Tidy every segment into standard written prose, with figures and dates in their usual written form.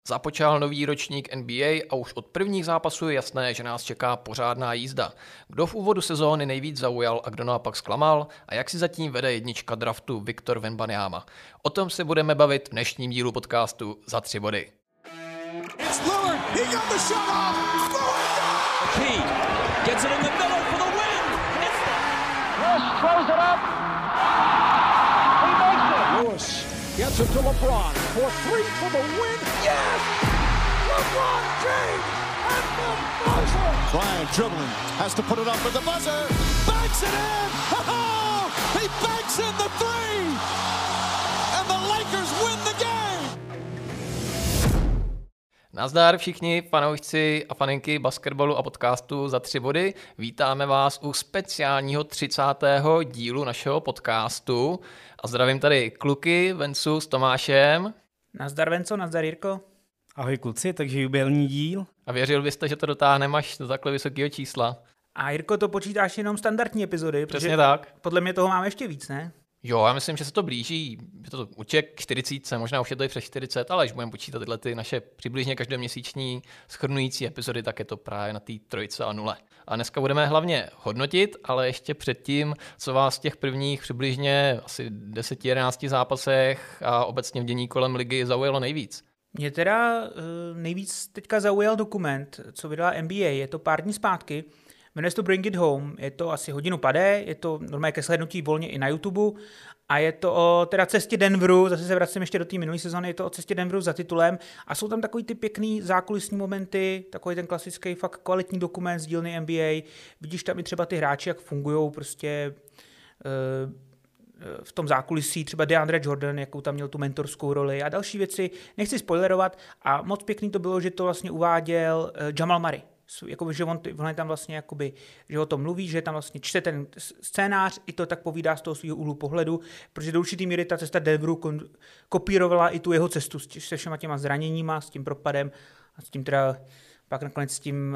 Započal nový ročník NBA a už od prvních zápasů je jasné, že nás čeká pořádná jízda. Kdo v úvodu sezóny nejvíc zaujal a kdo naopak zklamal a jak si zatím vede jednička draftu Victor Wembanyama. O tom se budeme bavit v dnešním dílu podcastu Za 3 body. Gets it to LeBron for three for the win. Yes! LeBron James at the buzzer! Bryant dribbling, has to put it up with the buzzer. Banks it in! Oh! He banks in the three! And the Lakers win the game! Nazdar všichni fanoušci a faninky basketbalu a podcastu Za 3 body. Vítáme vás u speciálního 30. dílu našeho podcastu. A zdravím tady kluky, Vencu s Tomášem. Nazdar Venco, nazdar Jirko. Ahoj kluci, takže jubilní díl. A věřil byste, že to dotáhneme až do takhle vysokého čísla? A Jirko, to počítáš jenom standardní epizody, Přesně tak. Podle mě toho máme ještě víc, ne? Jo, já myslím, že se to blíží, je to určitě k 40, možná už je to i přes 40, ale když budeme počítat tyhle ty naše přibližně každoměsíční shrnující epizody, tak je to právě na té 3 a 0. A dneska budeme hlavně hodnotit, ale ještě předtím, co vás v těch prvních přibližně asi 10-11 zápasech a obecně v dění kolem ligy zaujalo nejvíc. Mě teda nejvíc teďka zaujal dokument, co vydala NBA, je to pár dní zpátky, jmenuje se to Bring It Home, je to asi hodinu padé, je to normálně ke slednutí volně i na YouTube a je to o teda cestě Denveru, zase se vracím ještě do té minulé sezóny, je to o cestě Denveru za titulem a jsou tam takový ty pěkný zákulisní momenty, takový ten klasický fakt kvalitní dokument z dílny NBA, vidíš tam i třeba ty hráči, jak fungujou prostě v tom zákulisí, třeba DeAndre Jordan, jakou tam měl tu mentorskou roli a další věci, nechci spoilerovat a moc pěkný to bylo, že to vlastně uváděl Jamal Murray. Jakoby, že on je tam vlastně, jakoby, že o tom mluví, že tam vlastně čte ten scénář, i to tak povídá z toho svého úhlu pohledu, protože do určitý míry ta cesta Denveru kopírovala i tu jeho cestu se všema těma zraněníma, s tím propadem a s tím teda pak nakonec s tím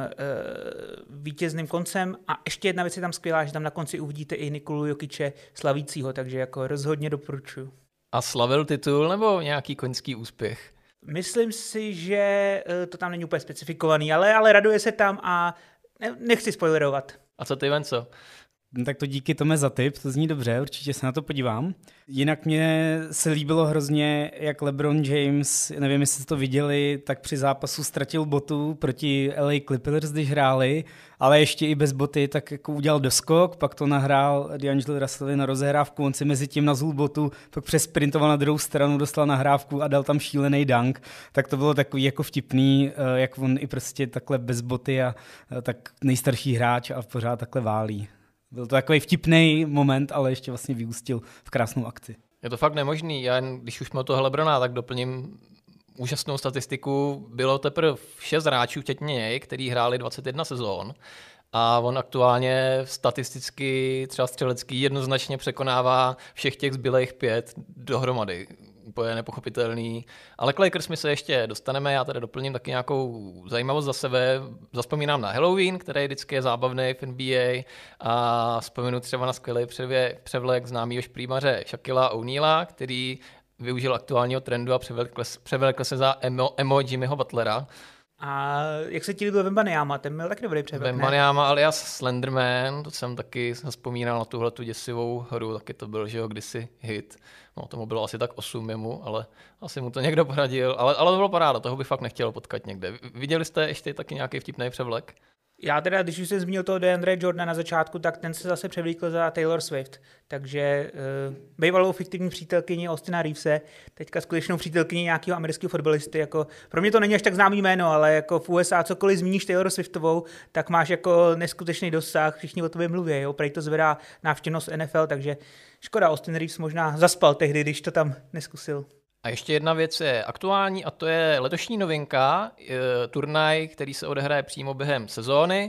vítězným koncem. A ještě jedna věc je tam skvělá, že tam na konci uvidíte i Nikolu Jokiče slavícího, takže jako rozhodně doporučuji. A slavil titul nebo nějaký koňský úspěch? Myslím si, že to tam není úplně specifikovaný, ale raduje se tam a nechci spoilerovat. A co ty, Venco? No, tak to díky Tome za tip, to zní dobře, určitě se na to podívám. Jinak mě se líbilo hrozně, jak LeBron James, nevím, jestli jste to viděli, tak při zápasu ztratil botu proti LA Clippers, když hráli, ale ještě i bez boty, tak jako udělal doskok, pak to nahrál D'Angelo Russellovi na rozehrávku, on si mezi tím nazul botu, pak přesprintoval na druhou stranu, dostal nahrávku a dal tam šílený dunk, tak to bylo takový jako vtipný, jak on i prostě takhle bez boty a tak nejstarší hráč a pořád takhle válí. Byl to takový vtipný moment, ale ještě vlastně vyústil v krásnou akci. Je to fakt nemožný. Já, když už jsme toho LeBrona, tak doplním úžasnou statistiku. Bylo teprve 6 hráčů, včetně něj, který hráli 21 sezón. A on aktuálně statisticky, třeba střelecký, jednoznačně překonává všech těch zbylých 5 dohromady. Úplně nepochopitelný. Ale k Lakers my se ještě dostaneme, já tady doplním taky nějakou zajímavost za sebe. Zaspomínám na Halloween, který vždycky je zábavný v NBA a vzpomenu třeba na skvělý převlek známýho šprýmaře Shaquilla O'Neala, který využil aktuálního trendu a převlekl se za emo Jimmyho Butlera. A jak se ti líbil Wembanyama? Ten měl taky dobrý převlek, Wembanyama alias Slenderman, to jsem taky vzpomínal na tuhletu děsivou hru, taky to byl, že jo, kdysi hit. No, tomu bylo asi tak 8 jemu, ale asi mu to někdo poradil. Ale to bylo paráda, toho by fakt nechtěl potkat někde. Viděli jste ještě taky nějaký vtipný převlek? Já teda, když už jsem zmínil toho DeAndre Jordana na začátku, tak ten se zase převlíkl za Taylor Swift. Takže bývalou fiktivní přítelkyni Austina Reevese, teďka skutečnou přítelkyni nějakého amerického fotbalisty. Jako, pro mě to není až tak známý jméno, ale jako v USA cokoliv zmíníš Taylor Swiftovou, tak máš jako neskutečný dosah, všichni o tobě mluví. Jo? Prej to zvedá návštěvnost NFL, takže škoda, Austin Reeves možná zaspal tehdy, když to tam neskusil. A ještě jedna věc je aktuální a to je letošní novinka, turnaj, který se odehraje přímo během sezóny,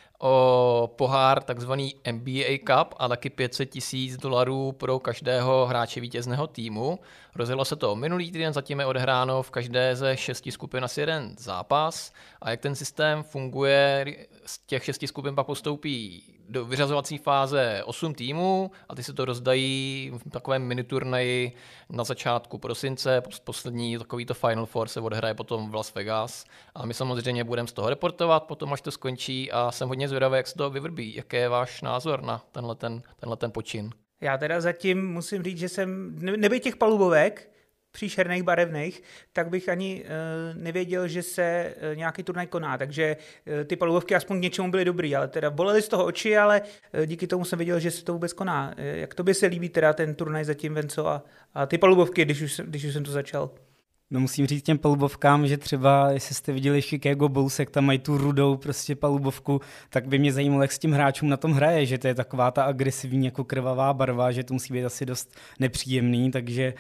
o pohár takzvaný NBA Cup a taky $500,000 pro každého hráče vítězného týmu. Rozjelo se to minulý týden, zatím je odehráno v každé ze 6 skupin asi jeden zápas a jak ten systém funguje, z těch 6 skupin pak postoupí do vyřazovací fáze 8 týmů a ty se to rozdají v takovém miniturnaji na začátku prosince. Poslední takovýto Final Four se odehraje potom v Las Vegas a my samozřejmě budeme z toho reportovat potom, až to skončí a jsem hodně zvědavý, jak se to vyvrbí. Jaký je váš názor na tenhle počin? Já teda zatím musím říct, že jsem nebej těch palubovek, příšerných, barevných, tak bych ani nevěděl, že se nějaký turnaj koná, takže ty palubovky aspoň k něčemu byly dobrý, ale teda bolely z toho oči, ale díky tomu jsem věděl, že se to vůbec koná. Jak tobě se líbí teda ten turnaj zatím, Venco, a ty palubovky, když už jsem to začal? No musím říct těm palubovkám, že třeba, jestli jste viděli Chicago Bulls, jak tam mají tu rudou prostě palubovku, tak by mě zajímalo, jak s tím hráčům na tom hraje, že to je taková ta agresivní jako krvavá barva, že to musí být asi dost nepříjemný, takže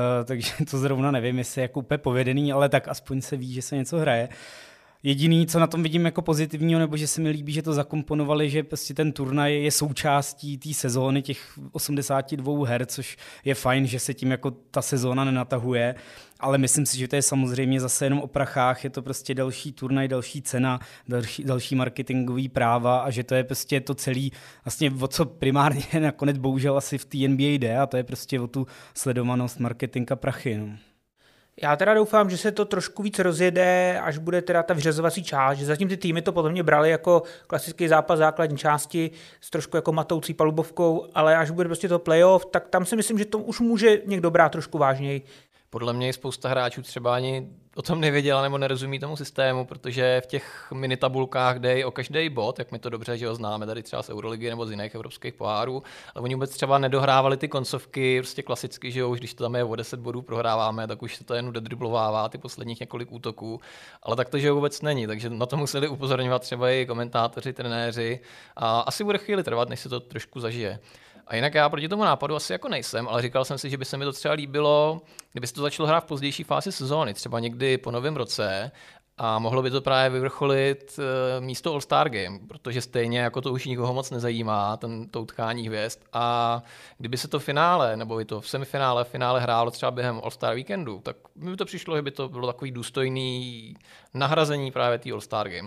to zrovna nevím, jestli je jako úplně povedený, ale tak aspoň se ví, že se něco hraje. Jediný, co na tom vidím jako pozitivního, nebo že se mi líbí, že to zakomponovali, že prostě ten turnaj je součástí té sezóny těch 82 her, což je fajn, že se tím jako ta sezóna nenatahuje, ale myslím si, že to je samozřejmě zase jenom o prachách, je to prostě další turnaj, další cena, další marketingový práva a že to je prostě to celý, vlastně o co primárně nakonec bohužel asi v té NBA jde a to je prostě o tu sledovanost, marketing a prachy. No. Já teda doufám, že se to trošku víc rozjede, až bude teda ta vyřazovací část, že zatím ty týmy to podle mě brali jako klasický zápas základní části s trošku jako matoucí palubovkou, ale až bude prostě to playoff, tak tam si myslím, že to už může někdo brát trošku vážněji. Podle mě spousta hráčů třeba ani o tom nevěděla nebo nerozumí tomu systému, protože v těch minitabulkách jde o každý bod, jak my to dobře že ho známe tady třeba z Euroligy nebo z jiných evropských pohárů, ale oni vůbec třeba nedohrávali ty koncovky, prostě klasicky, že jo, už když to tam je o 10 bodů prohráváme, tak už se to jen dodriblovává ty posledních několik útoků, ale tak to, že vůbec není, takže na to museli upozorňovat třeba i komentátoři, trenéři a asi bude chvíli trvat, než se to trošku zažije. A jinak já proti tomu nápadu asi jako nejsem, ale říkal jsem si, že by se mi to třeba líbilo, kdyby se to začalo hrát v pozdější fázi sezóny, třeba někdy po novém roce a mohlo by to právě vyvrcholit místo All-Star Game, protože stejně jako to už nikoho moc nezajímá, to utkání hvězd a kdyby se to finále, nebo i to v finále hrálo třeba během All-Star Weekendu, tak mi to přišlo, že by to bylo takový důstojný nahrazení právě té All-Star Game.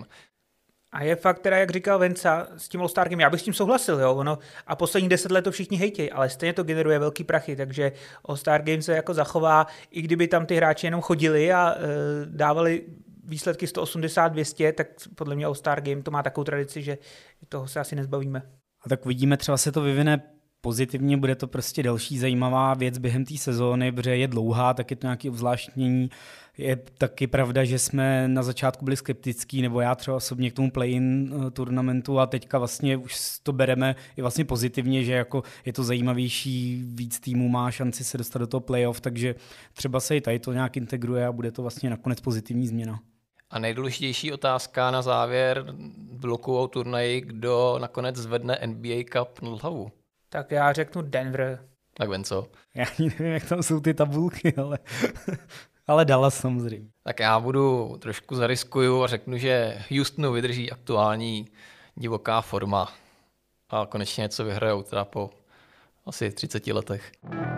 A je fakt teda, jak říkal Venca, s tím All-Star Game, já bych s tím souhlasil, jo, ono, a poslední 10 let to všichni hejtějí, ale stejně to generuje velký prachy, takže All-Star Game se jako zachová, i kdyby tam ty hráči jenom chodili a dávali výsledky 180-200, tak podle mě All-Star Game to má takovou tradici, že toho se asi nezbavíme. A tak vidíme, třeba se to vyvine pozitivně, bude to prostě další zajímavá věc během té sezóny, protože je dlouhá, tak je to nějaké obzvláštnění. Je taky pravda, že jsme na začátku byli skeptický, nebo já třeba osobně k tomu play-in turnamentu a teďka vlastně už to bereme i vlastně pozitivně, že jako je to zajímavější, víc týmů má šanci se dostat do toho playoff, takže třeba se i tady to nějak integruje a bude to vlastně nakonec pozitivní změna. A nejdůležitější otázka na závěr bloku o turnaji, kdo nakonec zvedne NBA Cup na hlavu? Tak já řeknu Denver. Tak Venco? Já nevím, jak tam jsou ty tabulky, ale Dallas samozřejmě. Tak já budu trošku zariskuju a řeknu, že Houstonu vydrží aktuální divoká forma a konečně něco vyhrajou teda po asi 30 letech.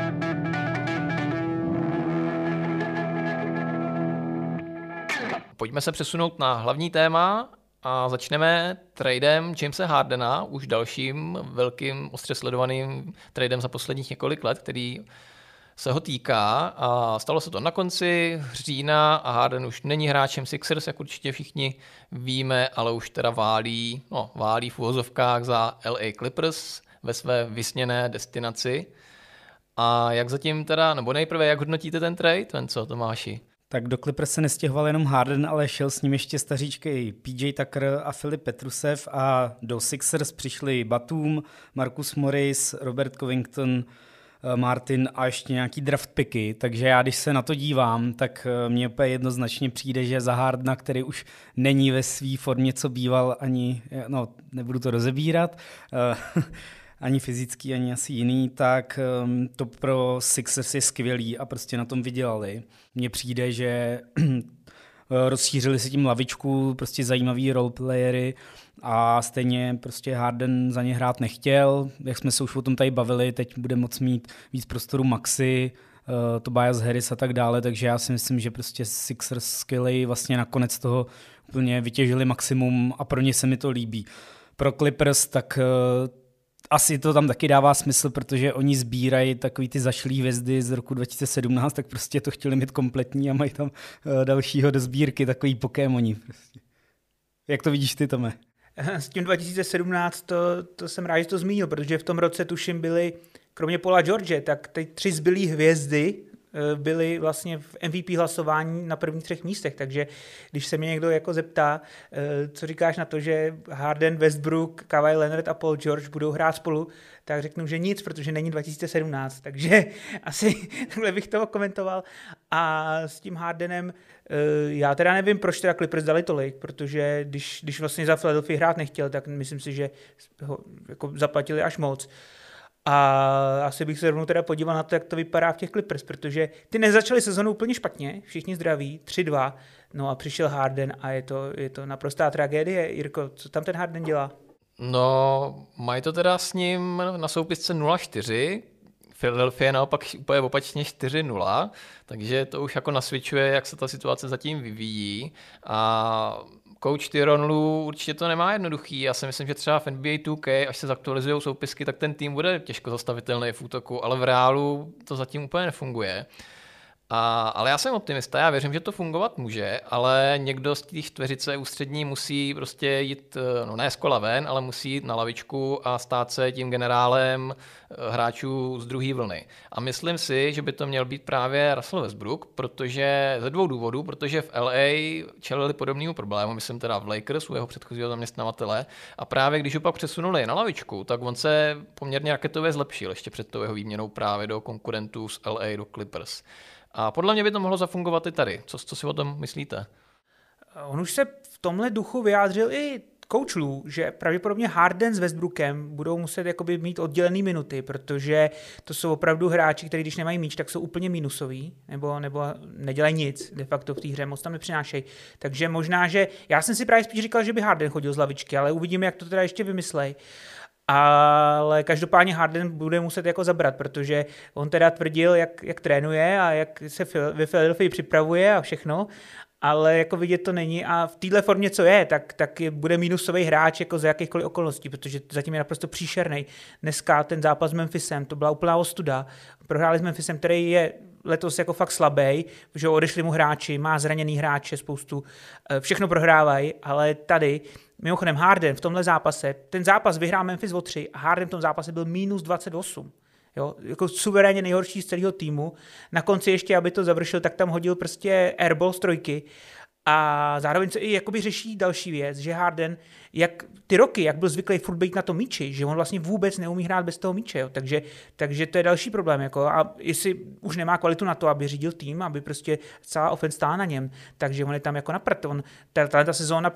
Pojďme se přesunout na hlavní téma a začneme tradem Jamesa Hardena, už dalším velkým ostře sledovaným tradem za posledních několik let, který se ho týká a stalo se to na konci října a Harden už není hráčem Sixers, jak určitě všichni víme, ale už teda válí v uvozovkách za LA Clippers ve své vysněné destinaci. A jak zatím teda, nebo nejprve, jak hodnotíte ten trade, Venco, Tomáši? Tak do Clippers se nestěhoval jenom Harden, ale šel s ním ještě staříčky PJ Tucker a Filip Petrusev a do Sixers přišli Batum, Marcus Morris, Robert Covington, Martin a ještě nějaký draft picky, takže já když se na to dívám, tak mně úplně jednoznačně přijde, že za Hardena, který už není ve své formě, co býval ani, nebudu to rozebírat, ani fyzický, ani asi jiný, tak to pro Sixers je skvělý a prostě na tom vydělali. Mně přijde, že rozšířili si tím lavičku, prostě zajímavý roleplayery a stejně prostě Harden za ně hrát nechtěl. Jak jsme se už o tom tady bavili, teď bude moc mít víc prostoru Maxi, Tobias Harris a tak dále, takže já si myslím, že prostě Sixers skvělej vlastně nakonec toho úplně vytěžili maximum a pro ně se mi to líbí. pro Clippers, tak asi to tam taky dává smysl, protože oni sbírají takový ty zašlý hvězdy z roku 2017, tak prostě to chtěli mít kompletní a mají tam dalšího do sbírky, takový Pokémoni. Prostě. Jak to vidíš ty, Tome? S tím 2017 to jsem rád, že to zmínil, protože v tom roce tuším byly, kromě Paula George, tak ty 3 zbylý hvězdy byly vlastně v MVP hlasování na prvních 3 místech, takže když se mě někdo jako zeptá, co říkáš na to, že Harden, Westbrook, Kawhi Leonard a Paul George budou hrát spolu, tak řeknu, že nic, protože není 2017, takže asi takhle bych toho komentoval. A s tím Hardenem já teda nevím, proč teda Clippers dali tolik, protože když vlastně za Philadelphia hrát nechtěl, tak myslím si, že ho jako zaplatili až moc. A asi bych se rovnou teda podíval na to, jak to vypadá v těch Clippers, protože ty nezačali sezonu úplně špatně, všichni zdraví, 3-2, no a přišel Harden a je to naprostá tragédie. Jirko, co tam ten Harden dělá? No, mají to teda s ním na soupisce 0-4, Philadelphia naopak úplně opačně 4-0, takže to už jako nasvědčuje, jak se ta situace zatím vyvíjí. A coach Tyronn Lue určitě to nemá jednoduchý. Já si myslím, že třeba v NBA 2K, až se zaktualizují soupisky, tak ten tým bude těžko zastavitelný v útoku, ale v reálu to zatím úplně nefunguje. Ale já jsem optimista, já věřím, že to fungovat může, ale někdo z té čtveřice ústřední musí prostě jít, no ne z kola ven, ale musí jít na lavičku a stát se tím generálem hráčů z druhé vlny. A myslím si, že by to měl být právě Russell Westbrook, protože ze 2 důvodů, protože v LA čelili podobnému problému, myslím teda v Lakers, u jeho předchozího zaměstnavatele, a právě když ho pak přesunuli na lavičku, tak on se poměrně raketově zlepšil ještě před tou jeho výměnou právě do konkurentů z LA do Clippers. A podle mě by to mohlo zafungovat i tady. Co si o tom myslíte? On už se v tomhle duchu vyjádřil i coach Lue, že pravděpodobně Harden s Westbrookem budou muset jakoby mít oddělený minuty, protože to jsou opravdu hráči, kteří když nemají míč, tak jsou úplně minusoví, nebo nedělají nic, de facto v té hře moc tam nepřinášejí. Takže možná, že já jsem si právě spíš říkal, že by Harden chodil z lavičky, ale uvidíme, jak to teda ještě vymyslej. Ale každopádně Harden bude muset jako zabrat, protože on teda tvrdil, jak trénuje a jak se ve Philadelphii připravuje a všechno, ale jako vidět to není a v téhle formě, co je, tak bude minusový hráč jako za jakýchkoliv okolností, protože zatím je naprosto příšerný. Dneska ten zápas s Memphisem, to byla úplná ostuda. Prohráli s Memphisem, který je letos jako fakt slabý, že odešli mu hráči, má zraněný hráče spoustu, všechno prohrávají, ale tady mimochodem Harden v tomhle zápase, ten zápas vyhrál Memphis o 3 a Harden v tom zápase byl minus 28. Jo, jako suverénně nejhorší z celého týmu. Na konci ještě, aby to završil, tak tam hodil prostě airball z 3. A zároveň se i jakoby řeší další věc, že Harden, jak ty roky, jak byl zvyklý furt být na tom míči, že on vlastně vůbec neumí hrát bez toho míče. Jo. Takže to je další problém. Jako, a jestli už nemá kvalitu na to, aby řídil tým, aby prostě celá offense stála na něm, takže on je tam jako na prd. Ta sezóna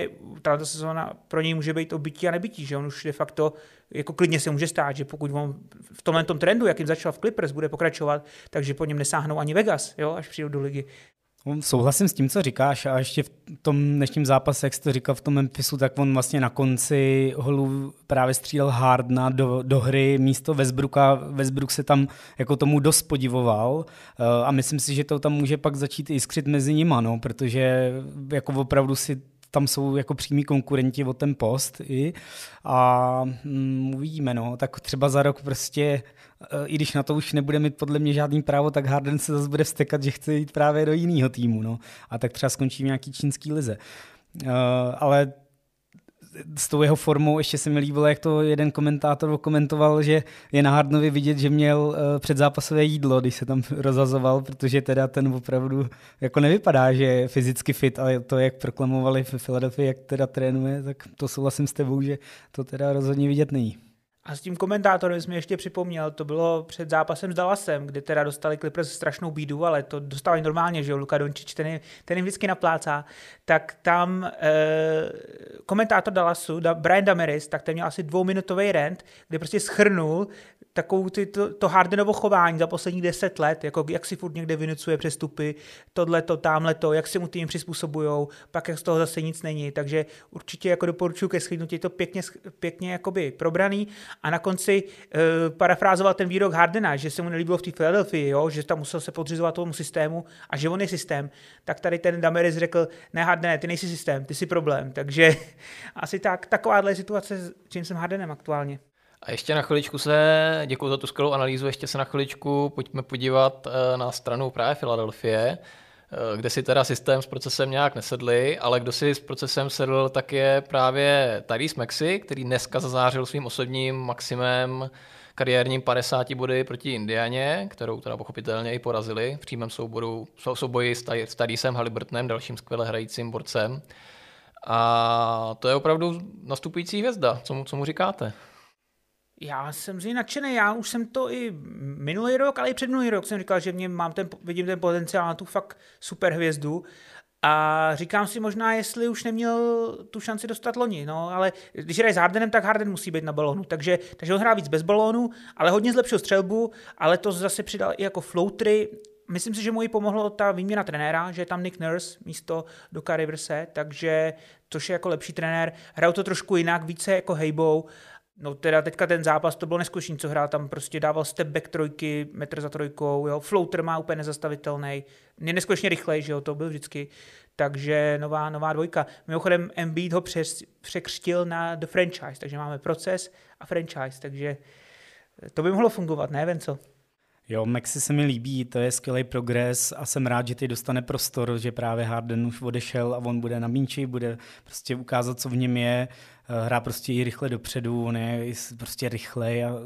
pro něj může být obytí a nebytí, že on už de facto jako klidně se může stát, že pokud on v tomhle trendu, jakým začal v Clippers, bude pokračovat, takže po něm nesáhnou ani Vegas, jo, až přijdou do ligy. Souhlasím s tím, co říkáš a ještě v tom dnešním zápase, jak jsi to říkal v tom Memphisu, tak on vlastně na konci holu právě střílel Hardena do hry místo Westbrooka. Westbrook se tam jako tomu dost podivoval a myslím si, že to tam může pak začít jiskřit mezi nima, no, protože jako opravdu si tam jsou jako přímí konkurenti o ten post a uvidíme, no, tak třeba za rok prostě, i když na to už nebude mít podle mě žádný právo, tak Harden se zase bude vztekat, že chce jít právě do jiného týmu, no, a tak třeba skončí v nějaký čínský lize. Ale s tou jeho formou ještě se mi líbilo, jak to jeden komentátor komentoval, že je na Hardenovi vidět, že měl předzápasové jídlo, když se tam rozhazoval, protože teda ten opravdu jako nevypadá, že je fyzicky fit, ale to, jak proklamovali v Philadelphii, jak teda trénuje, tak to souhlasím s tebou, že to teda rozhodně vidět není. A s tím komentátorem jsem ještě připomněl, to bylo před zápasem s Dallasem, kde teda dostali Clippers strašnou bídu, ale to dostávají normálně, že jo, Luka Dončić, ten jim vždycky naplácá, tak tam komentátor Dallasu, Brian Damaris, tak ten měl asi 2minutový rant, kde prostě shrnul takovou to Hardenovo chování za posledních 10 let, jako jak si furt někde vynucuje přestupy, tohleto, támhleto, jak se mu tým přizpůsobujou, pak jak z toho zase nic není, takže určitě jako doporučuji ke shlídnutí, je to pěkně jakoby probraný. a na konci parafrázoval ten výrok Hardena, že se mu nelíbilo v té Philadelphii, jo, že tam musel se podřizovat tomu systému a že on je systém, tak tady ten Damaris řekl, ne Hardene, ty nejsi systém, ty jsi problém, takže asi takováhle situace s Jamesem Hardenem aktuálně. A ještě na chviličku děkuji za tu skvělou analýzu, ještě se na chviličku pojďme podívat na stranu právě Philadelphie, kde si teda systém s procesem nějak nesedli, ale kdo si s procesem sedl, tak je právě Tyrese Maxey, který dneska zazářil svým osobním maximem kariérním 50 body proti Indianě, kterou teda pochopitelně i porazili v přímém souboji s Tyresem Halliburtonem, dalším skvěle hrajícím borcem. A to je opravdu nastupující hvězda. Co mu říkáte? Já jsem z něj nadšený, já už jsem to i minulý rok, ale i předminulý rok jsem říkal, že vidím ten potenciál na tu fakt super hvězdu a říkám si možná, jestli už neměl tu šanci dostat loni, no, ale když hraje s Hardenem, tak Harden musí být na balónu, takže on hrá víc bez balónu, ale hodně zlepšil střelbu, ale to zase přidal i jako floatery. Myslím si, že mu i pomohlo ta výměna trenéra, že je tam Nick Nurse místo Doka Riverse, takže což je jako lepší trenér, hrajou to trošku jinak, více jako hejbou. No teda teďka ten zápas, to bylo neskutečný, co hrál, tam prostě dával step back trojky, metr za trojkou, jo, floater má úplně nezastavitelný, je neskutečně rychlej, že jo, to byl vždycky, takže nová dvojka. Mimochodem Embiid ho překřtil na The Franchise, takže máme proces a franchise, takže to by mohlo fungovat, ne, Venco? Jo, Maxi se mi líbí, to je skvělý progres a jsem rád, že teď dostane prostor, že právě Harden už odešel a on bude na míči, bude prostě ukázat, co v něm je, hrá prostě i rychle dopředu, on je prostě rychlej a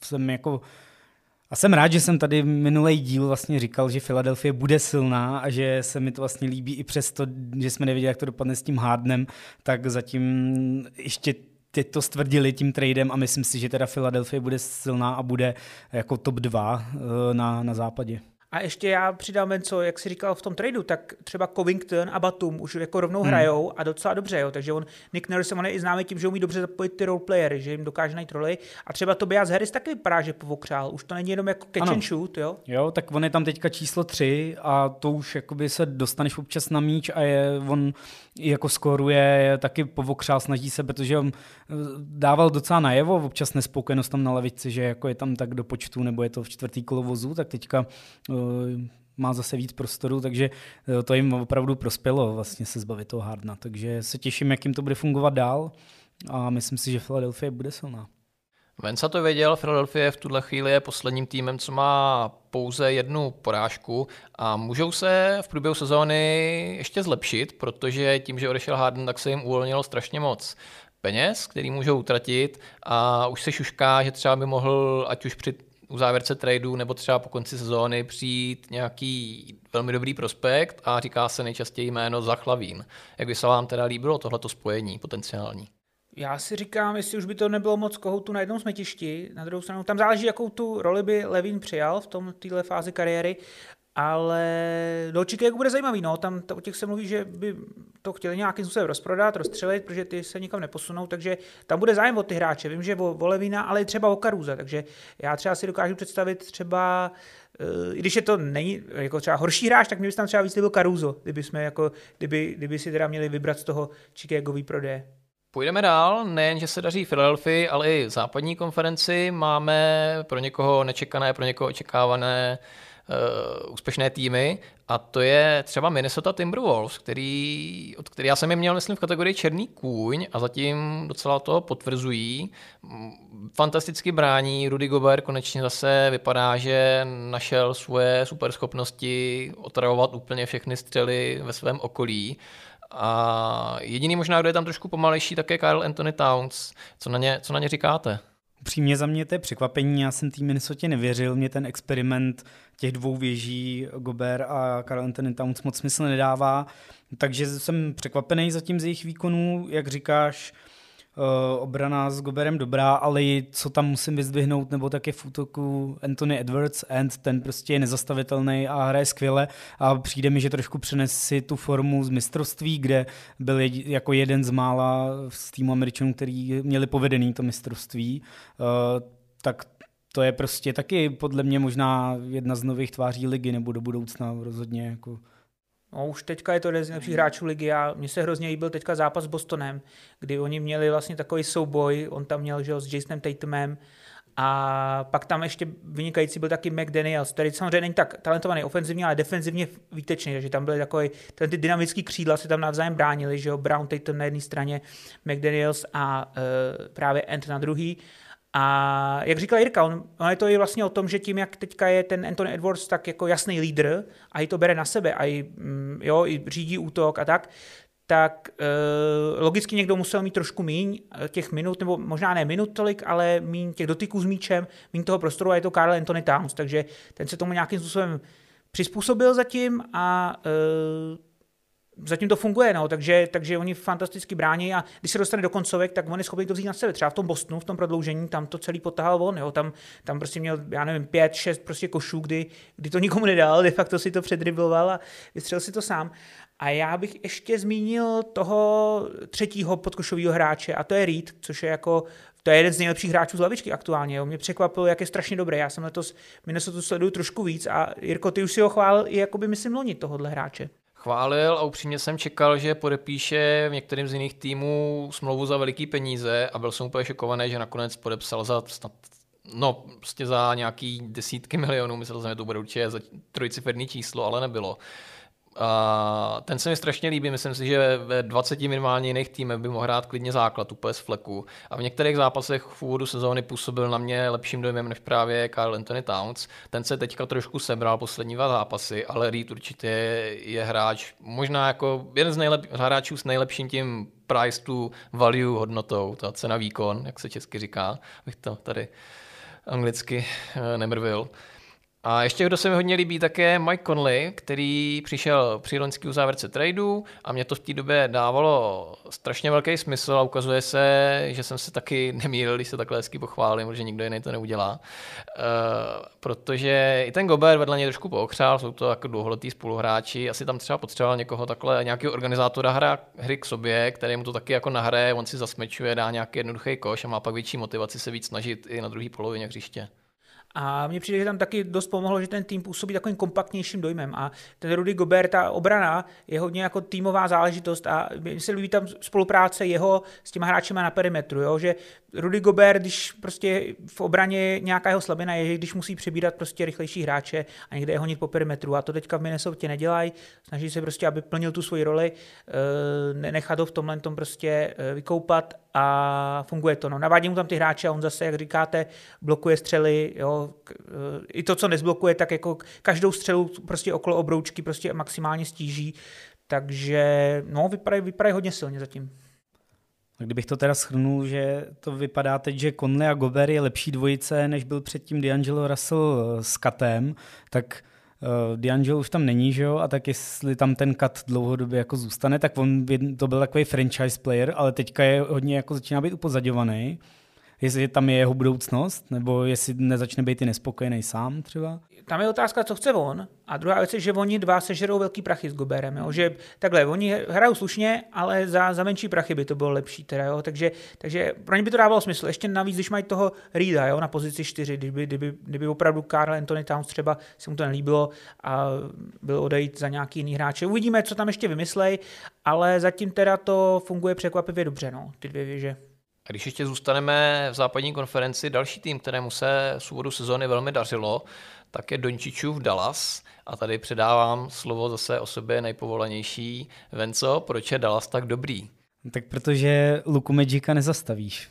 jsem rád, že jsem tady minulý díl vlastně říkal, že Philadelphia bude silná a že se mi to vlastně líbí i přesto, že jsme nevěděli, jak to dopadne s tím Hardenem, tak zatím ještě teď to stvrdili tím tradem a myslím si, že teda Philadelphia bude silná a bude jako top 2 na západě. A ještě já přidám co, jak jsi říkal v tom tradu, tak třeba Covington a Batum už jako rovnou hrajou a docela dobře, jo. Takže Nick Nurse on je i známý tím, že umí dobře zapojit ty roleplayery, že jim dokáže najít roli. A třeba Tobias Harris taky vypadá, že povokřál. Už to není jenom jako catch and shoot, jo. Jo, tak on je tam teďka číslo 3 a to už jakoby se dostaneš občas na míč a on jako skoruje, taky povokřál, snaží se, protože on dával docela najevo občas nespokojenost tam na lavici, že jako je tam tak do počtu, nebo je to v 4. kolovozu, tak teďka má zase víc prostoru, takže to jim opravdu prospělo vlastně se zbavit toho Hardena, takže se těším, jak jim to bude fungovat dál a myslím si, že Philadelphia bude silná. Venca to věděl, Philadelphia v tuhle chvíli je posledním týmem, co má pouze 1 porážku a můžou se v průběhu sezóny ještě zlepšit, protože tím, že odešel Harden, tak se jim uvolnilo strašně moc peněz, který můžou utratit a už se šušká, že třeba by mohl, ať už při uzávěrce tradu nebo třeba po konci sezóny přijít nějaký velmi dobrý prospekt a říká se nejčastěji jméno Zach LaVine. Jak by se vám teda líbilo tohleto spojení potenciální? Já si říkám, jestli už by to nebylo moc kohoutu na jednom smetišti, na druhou stranu tam záleží, jakou tu roli by LaVine přijal v téhle fázi kariéry, ale do Chicago bude zajímavý, no, tam o těch se mluví, že by to chtěli nějakým způsobem rozprodat, rozstřelit, protože ty se nikam neposunou, takže tam bude zájem o ty hráče, vím, že o Levina, ale i třeba o Carusa, takže já třeba si dokážu představit třeba, i když je to není jako třeba horší hráč, tak mě by tam třeba víc líbil Caruso, kdyby si teda měli vybrat z toho Chicagový prodeje. Půjdeme dál, nejen, že se daří Philadelphii, ale i v západní konferenci máme pro někoho nečekané, pro někoho očekávané úspěšné týmy a to je třeba Minnesota Timberwolves, od který já jsem je měl, myslím, v kategorii černý kůň a zatím docela to potvrzují. Fantasticky brání, Rudy Gobert konečně zase vypadá, že našel svoje superschopnosti otravovat úplně všechny střely ve svém okolí. A jediný možná, kdo je tam trošku pomalejší, tak je Karl Anthony Towns. Co na ně říkáte? Upřímně za mě to je překvapení, já jsem tým Minnesota nevěřil, mě ten experiment těch 2 věží, Gobert a Karl Anthony Towns moc smysl nedává, takže jsem překvapený zatím z jejich výkonů, jak říkáš, obrana s Goberem dobrá, ale co tam musím vyzdvihnout, nebo také v útoku Anthony Edwards, ten prostě je nezastavitelný a hraje skvěle a přijde mi, že trošku přenes si tu formu z mistrovství, kde byl jako jeden z mála z týmu Američanů, který měli povedený to mistrovství, tak to je prostě taky podle mě možná jedna z nových tváří ligy, nebo do budoucna rozhodně jako. No, už teďka je to jeden z nejlepších hráčů ligy a mně se hrozně líbil teďka zápas s Bostonem, kdy oni měli vlastně takový souboj, on tam měl, že jo, s Jasonem Tatumem a pak tam ještě vynikající byl taky McDaniels, který samozřejmě není tak talentovaný ofenzivně, ale defenzivně výtečný, takže tam byly takový, ty dynamický křídla se tam navzájem bránili, že jo, Brown, Tatum na jedné straně, McDaniels a právě Ant na druhý. A jak říkal Jirka, on je to i vlastně o tom, že tím, jak teďka je ten Anthony Edwards tak jako jasný lídr a i to bere na sebe a i řídí útok a tak logicky někdo musel mít trošku míň těch minut, nebo možná ne minut tolik, ale míň těch dotyků s míčem, míň toho prostoru a je to Karl Anthony Towns, takže ten se tomu nějakým způsobem přizpůsobil zatím a zatím to funguje, no, takže oni fantasticky brání a když se dostane do koncovek, tak on je schopný to vzít na sebe. Třeba v tom Bostonu, v tom prodloužení, tam to celý potahal on, jo, tam prostě měl, já nevím, 5-6 prostě košů, kdy to nikomu nedal, de facto si to předribloval a vystřelil si to sám. A já bych ještě zmínil toho třetího podkošového hráče a to je Reed, což je jako to je jeden z nejlepších hráčů z lavičky aktuálně. Jo. Mě překvapilo, jak je strašně dobrý. Já jsem letos Minnesota sleduju trošku víc a Jirko, ty už si ho chválil i jakoby myslím loni tohohle hráče. Chválil a upřímně jsem čekal, že podepíše v některým z jiných týmů smlouvu za veliký peníze a byl jsem úplně šokovaný, že nakonec podepsal za snad prostě za nějaký desítky milionů. Myslel jsem, že to bude určitě za trojciferný číslo, ale nebylo. A ten se mi strašně líbí, myslím si, že ve 20 minimálně jiných týmech by mohl hrát klidně základ úplně z fleku. A v některých zápasech v úvodu sezóny působil na mě lepším dojmem než právě Karl Anthony Towns. Ten se teďka trošku sebral poslední 2 zápasy, ale Reed určitě je hráč, možná jako jeden z hráčů s nejlepším tím price to value hodnotou, ta cena výkon, jak se česky říká, bych to tady anglicky nemrvil. A ještě, kdo se mi hodně líbí, tak je Mike Conley, který přišel při loňský uzávěrce tradu a mě to v té době dávalo strašně velký smysl a ukazuje se, že jsem se taky nemýlil, když se takhle hezky pochválím, protože nikdo jiný to neudělá. Protože i ten Gobert vedle něj trošku pookřál, jsou to jako dlouholetí spoluhráči, asi tam třeba potřeboval někoho takhle, nějakého organizátora hry k sobě, který mu to taky jako nahraje, on si zasmečuje, dá nějaký jednoduchý koš a má pak větší motivaci se víc snažit i na druhé polovině hřiště. A mně přijde, že tam taky dost pomohlo, že ten tým působí takovým kompaktnějším dojmem. A ten Rudy Gobert, ta obrana je hodně jako týmová záležitost a mně se líbí tam spolupráce jeho s těma hráčima na perimetru, jo? Že Rudy Gobert, když prostě v obraně nějaká jeho slabina je, že když musí přebírat prostě rychlejší hráče a někde je honit po perimetru a to teďka v Minnesota nedělají, snaží se prostě, aby plnil tu svoji roli, nenechat ho v tomhle tom prostě vykoupat a funguje to. No, navádí mu tam ty hráče a on zase, jak říkáte, blokuje střely, jo, i to, co nezblokuje, tak jako každou střelu prostě okolo obroučky prostě maximálně stíží, takže no, vypadají hodně silně zatím. A kdybych to teda shrnul, že to vypadá teď, že Conley a Gobert je lepší dvojice, než byl předtím D'Angelo Russell s Katem, tak D'Angelo už tam není, že jo, a tak jestli tam ten Kat dlouhodobě jako zůstane, tak on to byl takový franchise player, ale teďka je hodně jako začíná být upozaďovaný. Jestli tam je jeho budoucnost, nebo jestli nezačne být i nespokojený sám třeba. Tam je otázka, co chce on. A druhá věc je, že oni dva sežerou velký prachy s Goberem. Jo? Že takhle, oni hrajou slušně, ale za menší prachy by to bylo lepší. Teda, jo? Takže pro ně by to dávalo smysl. Ještě navíc, když mají toho Reeda, jo? Na pozici 4, kdyby opravdu Karl Anthony Towns třeba si mu to nelíbilo a byl odejít za nějaký jiný hráče. Uvidíme, co tam ještě vymyslej, ale zatím teda to funguje překvapivě dobře, no, ty dvě věže. A když ještě zůstaneme v západní konferenci, další tým, kterému se z úvodu sezóny velmi dařilo, tak je Dončičův Dallas. A tady předávám slovo zase osobě nejpovolanější. Venco, proč je Dallas tak dobrý? Tak protože Luku Magica nezastavíš.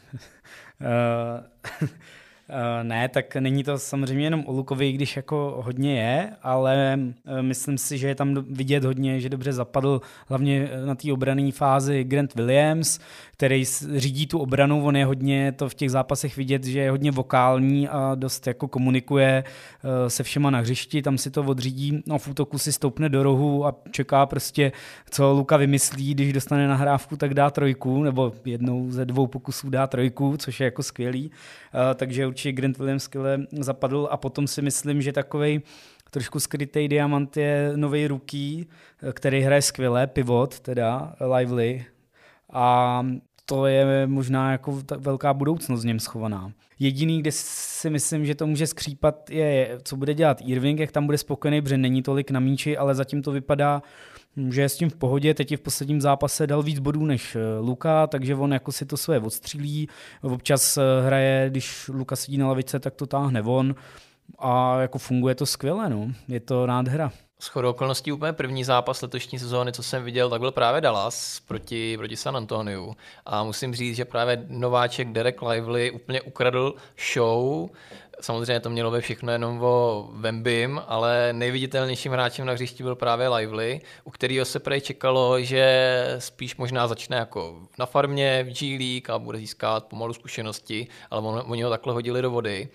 Ne, tak není to samozřejmě jenom o Lukovi, když jako hodně je, ale myslím si, že je tam vidět hodně, že dobře zapadl hlavně na té obranné fázi Grant Williams, který řídí tu obranu, on je hodně to v těch zápasech vidět, že je hodně vokální a dost jako komunikuje se všema na hřišti, tam si to odřídí, no v útoku si stoupne do rohu a čeká prostě, co Luka vymyslí, když dostane nahrávku, tak dá trojku, nebo jednou ze 2 pokusů dá trojku, což je jako skvělý, takže určitě Grant Williams skvěle zapadl a potom si myslím, že takovej trošku skrytej diamant je nový rookie, který hraje skvěle, pivot teda, Lively. A to je možná jako velká budoucnost v něm schovaná. Jediný, kde si myslím, že to může skřípat, je, co bude dělat Irving, jak tam bude spokojený, protože není tolik na míči, ale zatím to vypadá, že je s tím v pohodě. Teď v posledním zápase dal víc bodů než Luka, takže on jako si to své odstřílí. Občas hraje, když Luka sedí na lavice, tak to táhne on a jako funguje to skvěle, no. Je to nádhera. Shodou okolností úplně první zápas letošní sezóny, co jsem viděl, tak byl právě Dallas proti San Antoniu. A musím říct, že právě nováček Derek Lively úplně ukradl show. Samozřejmě to mělo být všechno jenom o Wembym, ale nejviditelnějším hráčem na hřišti byl právě Lively, u kterého se prej čekalo, že spíš možná začne jako na farmě v G League a bude získat pomalu zkušenosti, ale oni ho takhle hodili do vody.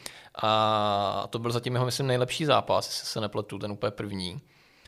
A to byl zatím jeho, myslím, nejlepší zápas, jestli se nepletu, ten úplně první.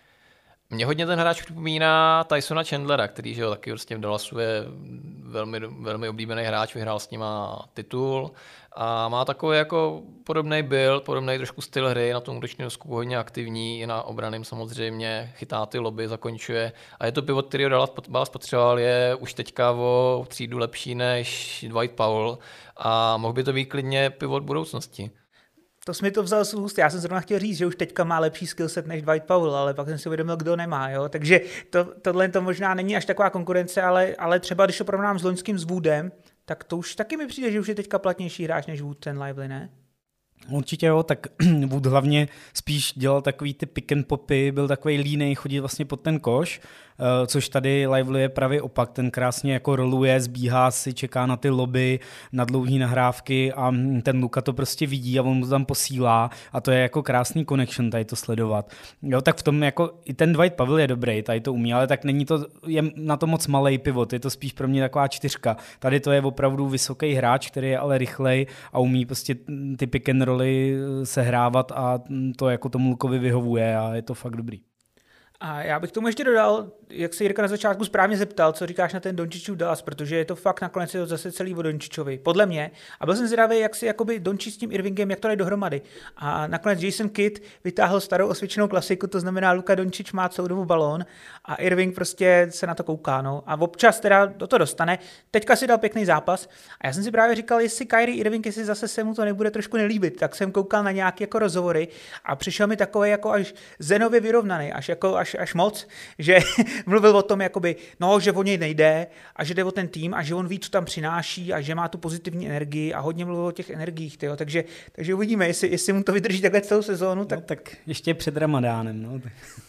Mě hodně ten hráč připomíná Tysona Chandlera, který že jo, taky vlastně v Dallasu je velmi, velmi oblíbený hráč, vyhrál s nima titul a má takový jako podobný build, podobný trošku styl hry, na tom útočním dosku hodně aktivní, i na obraném samozřejmě, chytá ty loby, zakončuje a je to pivot, který Dallas potřeboval, je už teďka o třídu lepší než Dwight Powell a mohl by to být klidně pivot budoucnosti. To jsi mi to vzal z úst. Já jsem zrovna chtěl říct, že už teďka má lepší skillset než Dwight Powell, ale pak jsem si uvědomil, kdo nemá. Jo? Takže tohle to možná není až taková konkurence, ale třeba když to porovnám s loňským s Woodem, tak to už taky mi přijde, že už je teďka platnější hráč než Wood, ten Lively, ne? Určitě jo, tak Wood hlavně spíš dělal takový ty pick and popy, byl takovej línej chodit vlastně pod ten koš, což tady Lively je pravý opak, ten krásně jako roluje, zbíhá si, čeká na ty loby, na dlouhý nahrávky a ten Luka to prostě vidí a on mu to tam posílá a to je jako krásný connection tady to sledovat. Jo, tak v tom jako i ten Dwight Powell je dobrý, tady to umí, ale tak není to, je na to moc malej pivot, je to spíš pro mě taková 4. Tady to je opravdu vysoký hráč, který je ale rychlej a umí prostě ty pick and rolly sehrávat a to jako tomu Lukovi vyhovuje a je to fakt dobrý. A já bych tomu ještě dodal, jak se Jirka na začátku správně zeptal, co říkáš na ten Dončičův Dallas, protože je to fakt nakonec je to zase celý o Dončičovi, podle mě. A byl jsem zvědavý, jak si jakoby Dončič s tím Irvingem, jak to dají dohromady. A nakonec Jason Kidd vytáhl starou osvědčenou klasiku, to znamená Luka Dončič má celou dobu balón a Irving prostě se na to kouká. No. A občas teda do to dostane. Teďka si dal pěkný zápas a já jsem si právě říkal, jestli Kyrie Irving, jestli zase se mu to nebude trošku nelíbit, tak jsem koukal na nějaké jako rozhovory a přišel mi takový jako až zenově vyrovnaný, až moc, že mluvil o tom, jakoby, no, že o něj nejde a že jde o ten tým a že on ví, co tam přináší a že má tu pozitivní energii a hodně mluvil o těch energiích. Tyjo. Takže uvidíme, jestli mu to vydrží takhle celou sezónu. Tak... No, tak ještě před Ramadánem. No.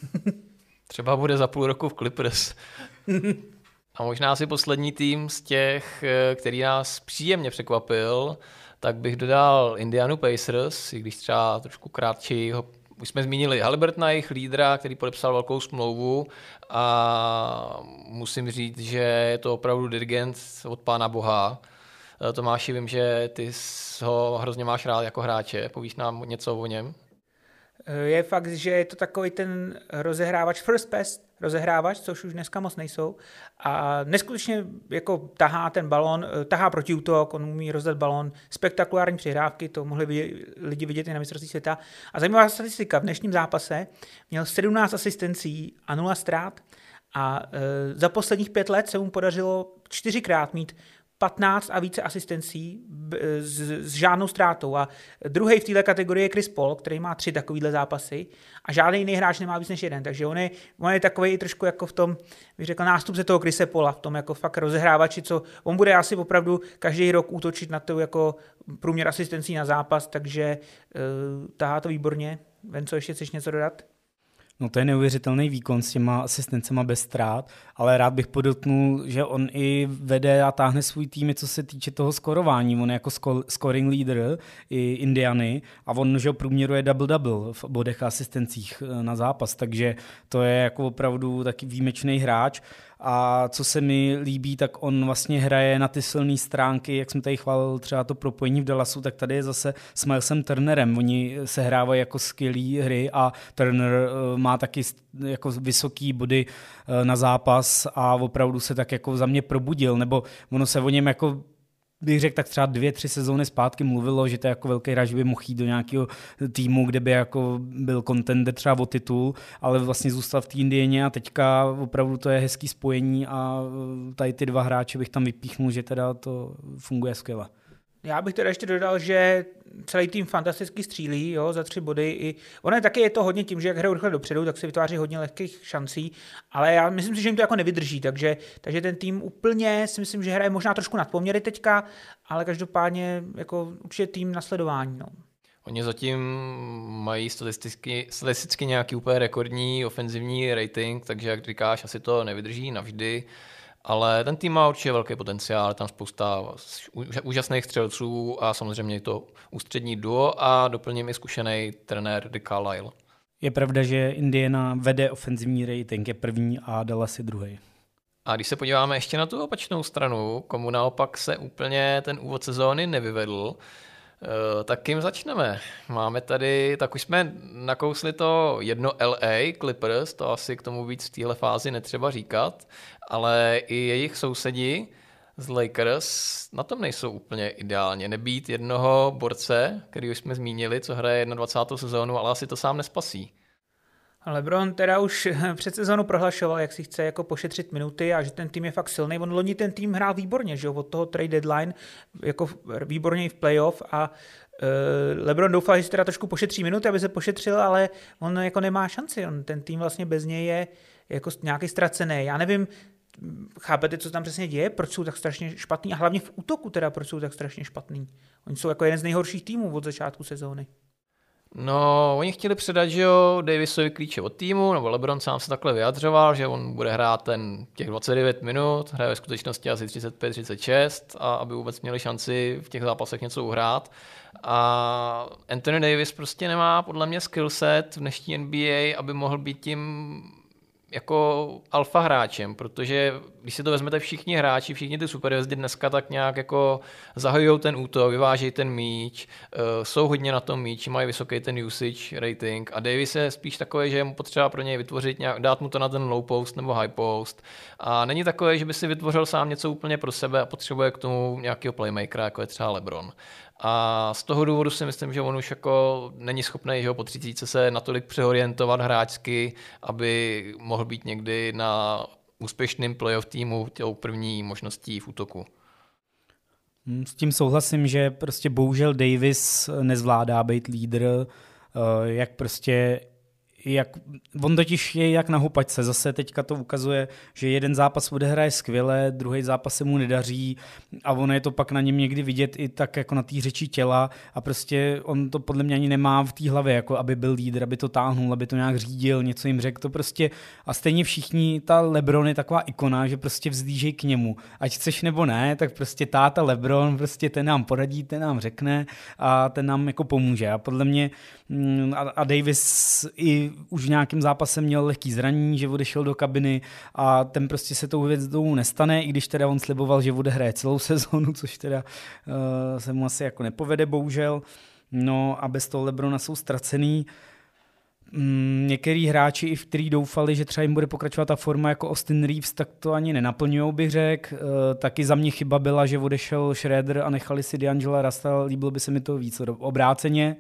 Třeba bude za půl roku v Clippers. A možná asi poslední tým z těch, který nás příjemně překvapil, tak bych dodal Indiana Pacers, i když třeba trošku krátčí. Už jsme zmínili Haliburtona, jejich lídra, který podepsal velkou smlouvu a musím říct, že je to opravdu dirigent od pána boha. Tomáši, vím, že ty ho hrozně máš rád jako hráče. Povíš nám něco o něm? Je fakt, že je to takový ten rozehrávač, first pass rozehrávač, což už dneska moc nejsou. A neskutečně jako tahá ten balón, tahá protiútok, on umí rozdat balón, spektakulární přihrávky, to mohli lidi vidět i na mistrovství světa. A zajímavá statistika, v dnešním zápase měl 17 asistencí a 0 ztrát a za posledních 5 let se mu podařilo 4krát mít 15 a více asistencí s žádnou ztrátou. A druhý v této kategorii je Chris Paul, který má 3 takovýhle zápasy a žádný jiný hráč nemá víc než 1. Takže on je takový trošku jako v tom, bych řekl, nástupce toho Chrise Paula, v tom jako fakt rozehrávači, co on bude asi opravdu každý rok útočit na to jako průměr asistencí na zápas, takže tahá to výborně. Venco, ještě chceš něco dodat? No to je neuvěřitelný výkon s těma asistencema bez ztrát, ale rád bych podotknul, že on i vede a táhne svůj tým, co se týče toho skorování. On je jako scoring leader i Indiany a on že průměruje double-double v bodech a asistencích na zápas, takže to je jako opravdu taky výjimečný hráč. A co se mi líbí, tak on vlastně hraje na ty silné stránky, jak jsem tady chválil třeba to propojení v Dallasu, tak tady je zase s Milesem Turnerem. Oni se hrávají jako skvělý hry a Turner má taky jako vysoký body na zápas a opravdu se tak jako za mě probudil, nebo ono se o něm jako bych řekl, tak třeba 2-3 sezóny zpátky mluvilo, že to je jako velký hráč, že by mohl jít do nějakého týmu, kde by jako byl contender třeba o titul, ale vlastně zůstal v té Indianě a teďka opravdu to je hezký spojení a tady ty dva hráče bych tam vypíchnul, že teda to funguje skvěle. Já bych teda ještě dodal, že celý tým fantasticky střílí, jo, za 3 body. Ono je taky je to hodně tím, že jak hrajou rychle dopředu, tak se vytváří hodně lehkých šancí, ale já myslím si, že jim to jako nevydrží, takže ten tým úplně si myslím, že hraje možná trošku nad poměry teďka, ale každopádně jako určitě tým na sledování. No. Oni zatím mají statisticky nějaký úplně rekordní ofenzivní rating, takže jak říkáš, asi to nevydrží navždy. Ale ten tým má určitě velký potenciál, je tam spousta úžasných střelců a samozřejmě je to ústřední duo a doplním i zkušený trenér Rick Carlisle. Je pravda, že Indiana vede ofenzivní rating, je první a Dallas je druhý. A když se podíváme ještě na tu opačnou stranu, komu naopak se úplně ten úvod sezóny nevyvedl, tak kým začneme? Máme tady, tak už jsme nakousli to jedno LA Clippers, to asi k tomu víc v téhle fázi netřeba říkat, ale i jejich sousedi z Lakers na tom nejsou úplně ideálně. Nebýt jednoho borce, který už jsme zmínili, co hraje 21. sezónu, ale asi to sám nespasí. LeBron teda už před sezónu prohlašoval, jak si chce jako pošetřit minuty a že ten tým je fakt silný. On loni ten tým hrál výborně, že jo, od toho trade deadline jako výborně v playoff a LeBron doufal, že si teda trošku pošetří minuty, aby se pošetřil, ale on jako nemá šanci. Ten tým vlastně bez něj je jako nějaký ztracený. Já nevím, chápete, co tam přesně děje, proč jsou tak strašně špatný a hlavně v útoku teda, proč jsou tak strašně špatný. Oni jsou jako jeden z nejhorších týmů od začátku sezóny. No, oni chtěli předat, že jo, Davisovi klíče od týmu, nebo LeBron sám se takhle vyjadřoval, že on bude hrát těch 29 minut, hraje ve skutečnosti asi 35-36, a aby vůbec měli šanci v těch zápasech něco uhrát. A Anthony Davis prostě nemá podle mě skillset v dnešní NBA, aby mohl být tím jako alfa hráčem, protože když si to vezmete všichni hráči, všichni ty superhvězdy dneska tak nějak jako zahajují ten útok, vyvážejí ten míč, jsou hodně na tom míči, mají vysoký ten usage rating a Davis je spíš takový, že je mu potřeba pro něj vytvořit dát mu to na ten low post nebo high post a není takový, že by si vytvořil sám něco úplně pro sebe a potřebuje k tomu nějakého playmakera, jako je třeba LeBron. A z toho důvodu si myslím, že on už jako není schopný, že ho po 30 se natolik přeorientovat hráčsky, aby mohl být někdy na úspěšným playoff týmu tou první možností v útoku. S tím souhlasím, že prostě bohužel Davis nezvládá být lídr, on totiž je jak na houpačce. Zase teďka to ukazuje, že jeden zápas odehraje skvěle, druhý zápas se mu nedaří a ono je to pak na něm někdy vidět i tak jako na té řeči těla a prostě on to podle mě ani nemá v té hlavě, jako aby byl lídr, aby to táhnul, aby to nějak řídil, něco jim řekl, to prostě a stejně všichni, ta LeBron je taková ikona, že prostě vzdížej k němu. Ať chceš nebo ne, tak prostě táta LeBron, prostě ten nám poradí, ten nám řekne a ten nám jako pomůže. A podle mě a Davis i už v nějakém zápase měl lehký zranění, že odešel do kabiny a ten prostě se tou hvězdou nestane, i když teda on sliboval, že odehraje celou sezónu, což teda se mu asi jako nepovede, bohužel. No a bez toho LeBrona jsou ztracený. Některý hráči, i v který doufali, že třeba jim bude pokračovat ta forma jako Austin Reeves, tak to ani nenaplňujou, bych řekl. Taky za mě chyba byla, že odešel Schroeder a nechali si D'Angela Russell, líbilo by se mi to víc obráceně.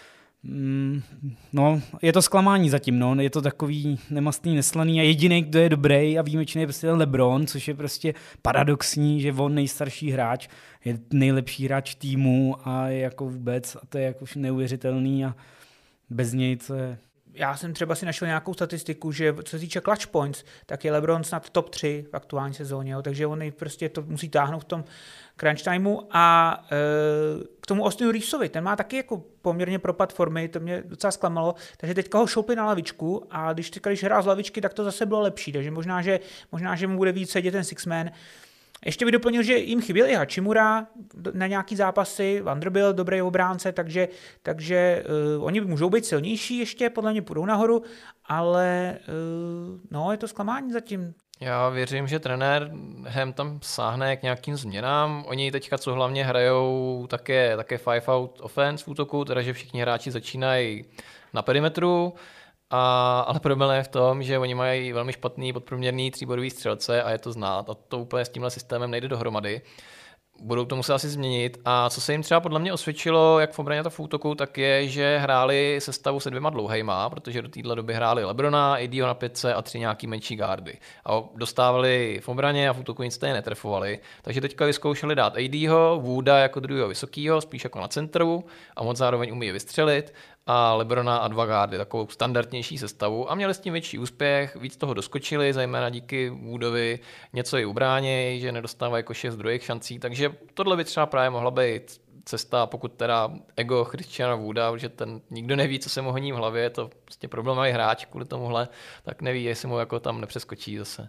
No, je to zklamání zatím, no. Je to takový nemastný, neslaný a jediný, kdo je dobrý a výjimečný je prostě LeBron, což je prostě paradoxní, že on nejstarší hráč je nejlepší hráč týmu a je jako vůbec, a to je jako neuvěřitelný a bez něj to je... Já jsem třeba si našel nějakou statistiku, že co se týče clutch points, tak je LeBron snad top 3 v aktuální sezóně, jo, takže on prostě to musí táhnout v tom crunch timeu a k tomu Austinu Reevesovi, ten má taky jako poměrně propad formy, to mě docela zklamalo, takže teďka ho šoupli na lavičku a když hrál z lavičky, tak to zase bylo lepší, takže možná, že mu bude víc sedět ten six-man. Ještě bych doplnil, že jim chyběl i Hachimura na nějaký zápasy, Vanderbilt, dobrý obránce, takže oni můžou být silnější ještě, podle mě půjdou nahoru, ale no, je to zklamání zatím. Já věřím, že trenér Ham tam sáhne k nějakým změnám. Oni teďka co hlavně hrajou také five-out offense v útoku, teda že všichni hráči začínají na perimetru, ale problém je v tom, že oni mají velmi špatný podprůměrný tříbodový střelce a je to znát a to úplně s tímhle systémem nejde dohromady. budou to muset asi změnit. A co se jim třeba podle mě osvědčilo, jak v obraně, tak v útoku, tak je, že hráli sestavu se 2 dlouhejma, protože do téhle doby hráli LeBrona, ADho na 5 a 3 nějaký menší gardy. A dostávali v obraně a v útoku nic netrefovali. Takže teďka vyzkoušeli dát ADho, Wooda jako druhého vysokýho, spíš jako na centru, a on zároveň umí vystřelit, a LeBrona a 2 gardy, takovou standardnější sestavu, a měli s tím větší úspěch, víc toho doskočili, zejména díky Woodovi, něco i ubráněj, že nedostávají koše z druhých šancí, takže tohle by třeba právě mohla být cesta, pokud teda ego Christiana Wooda, že ten nikdo neví, co se mu honí v hlavě, je to prostě problémový hráč kvůli tomuhle, tak neví, jestli mu jako tam nepřeskočí zase.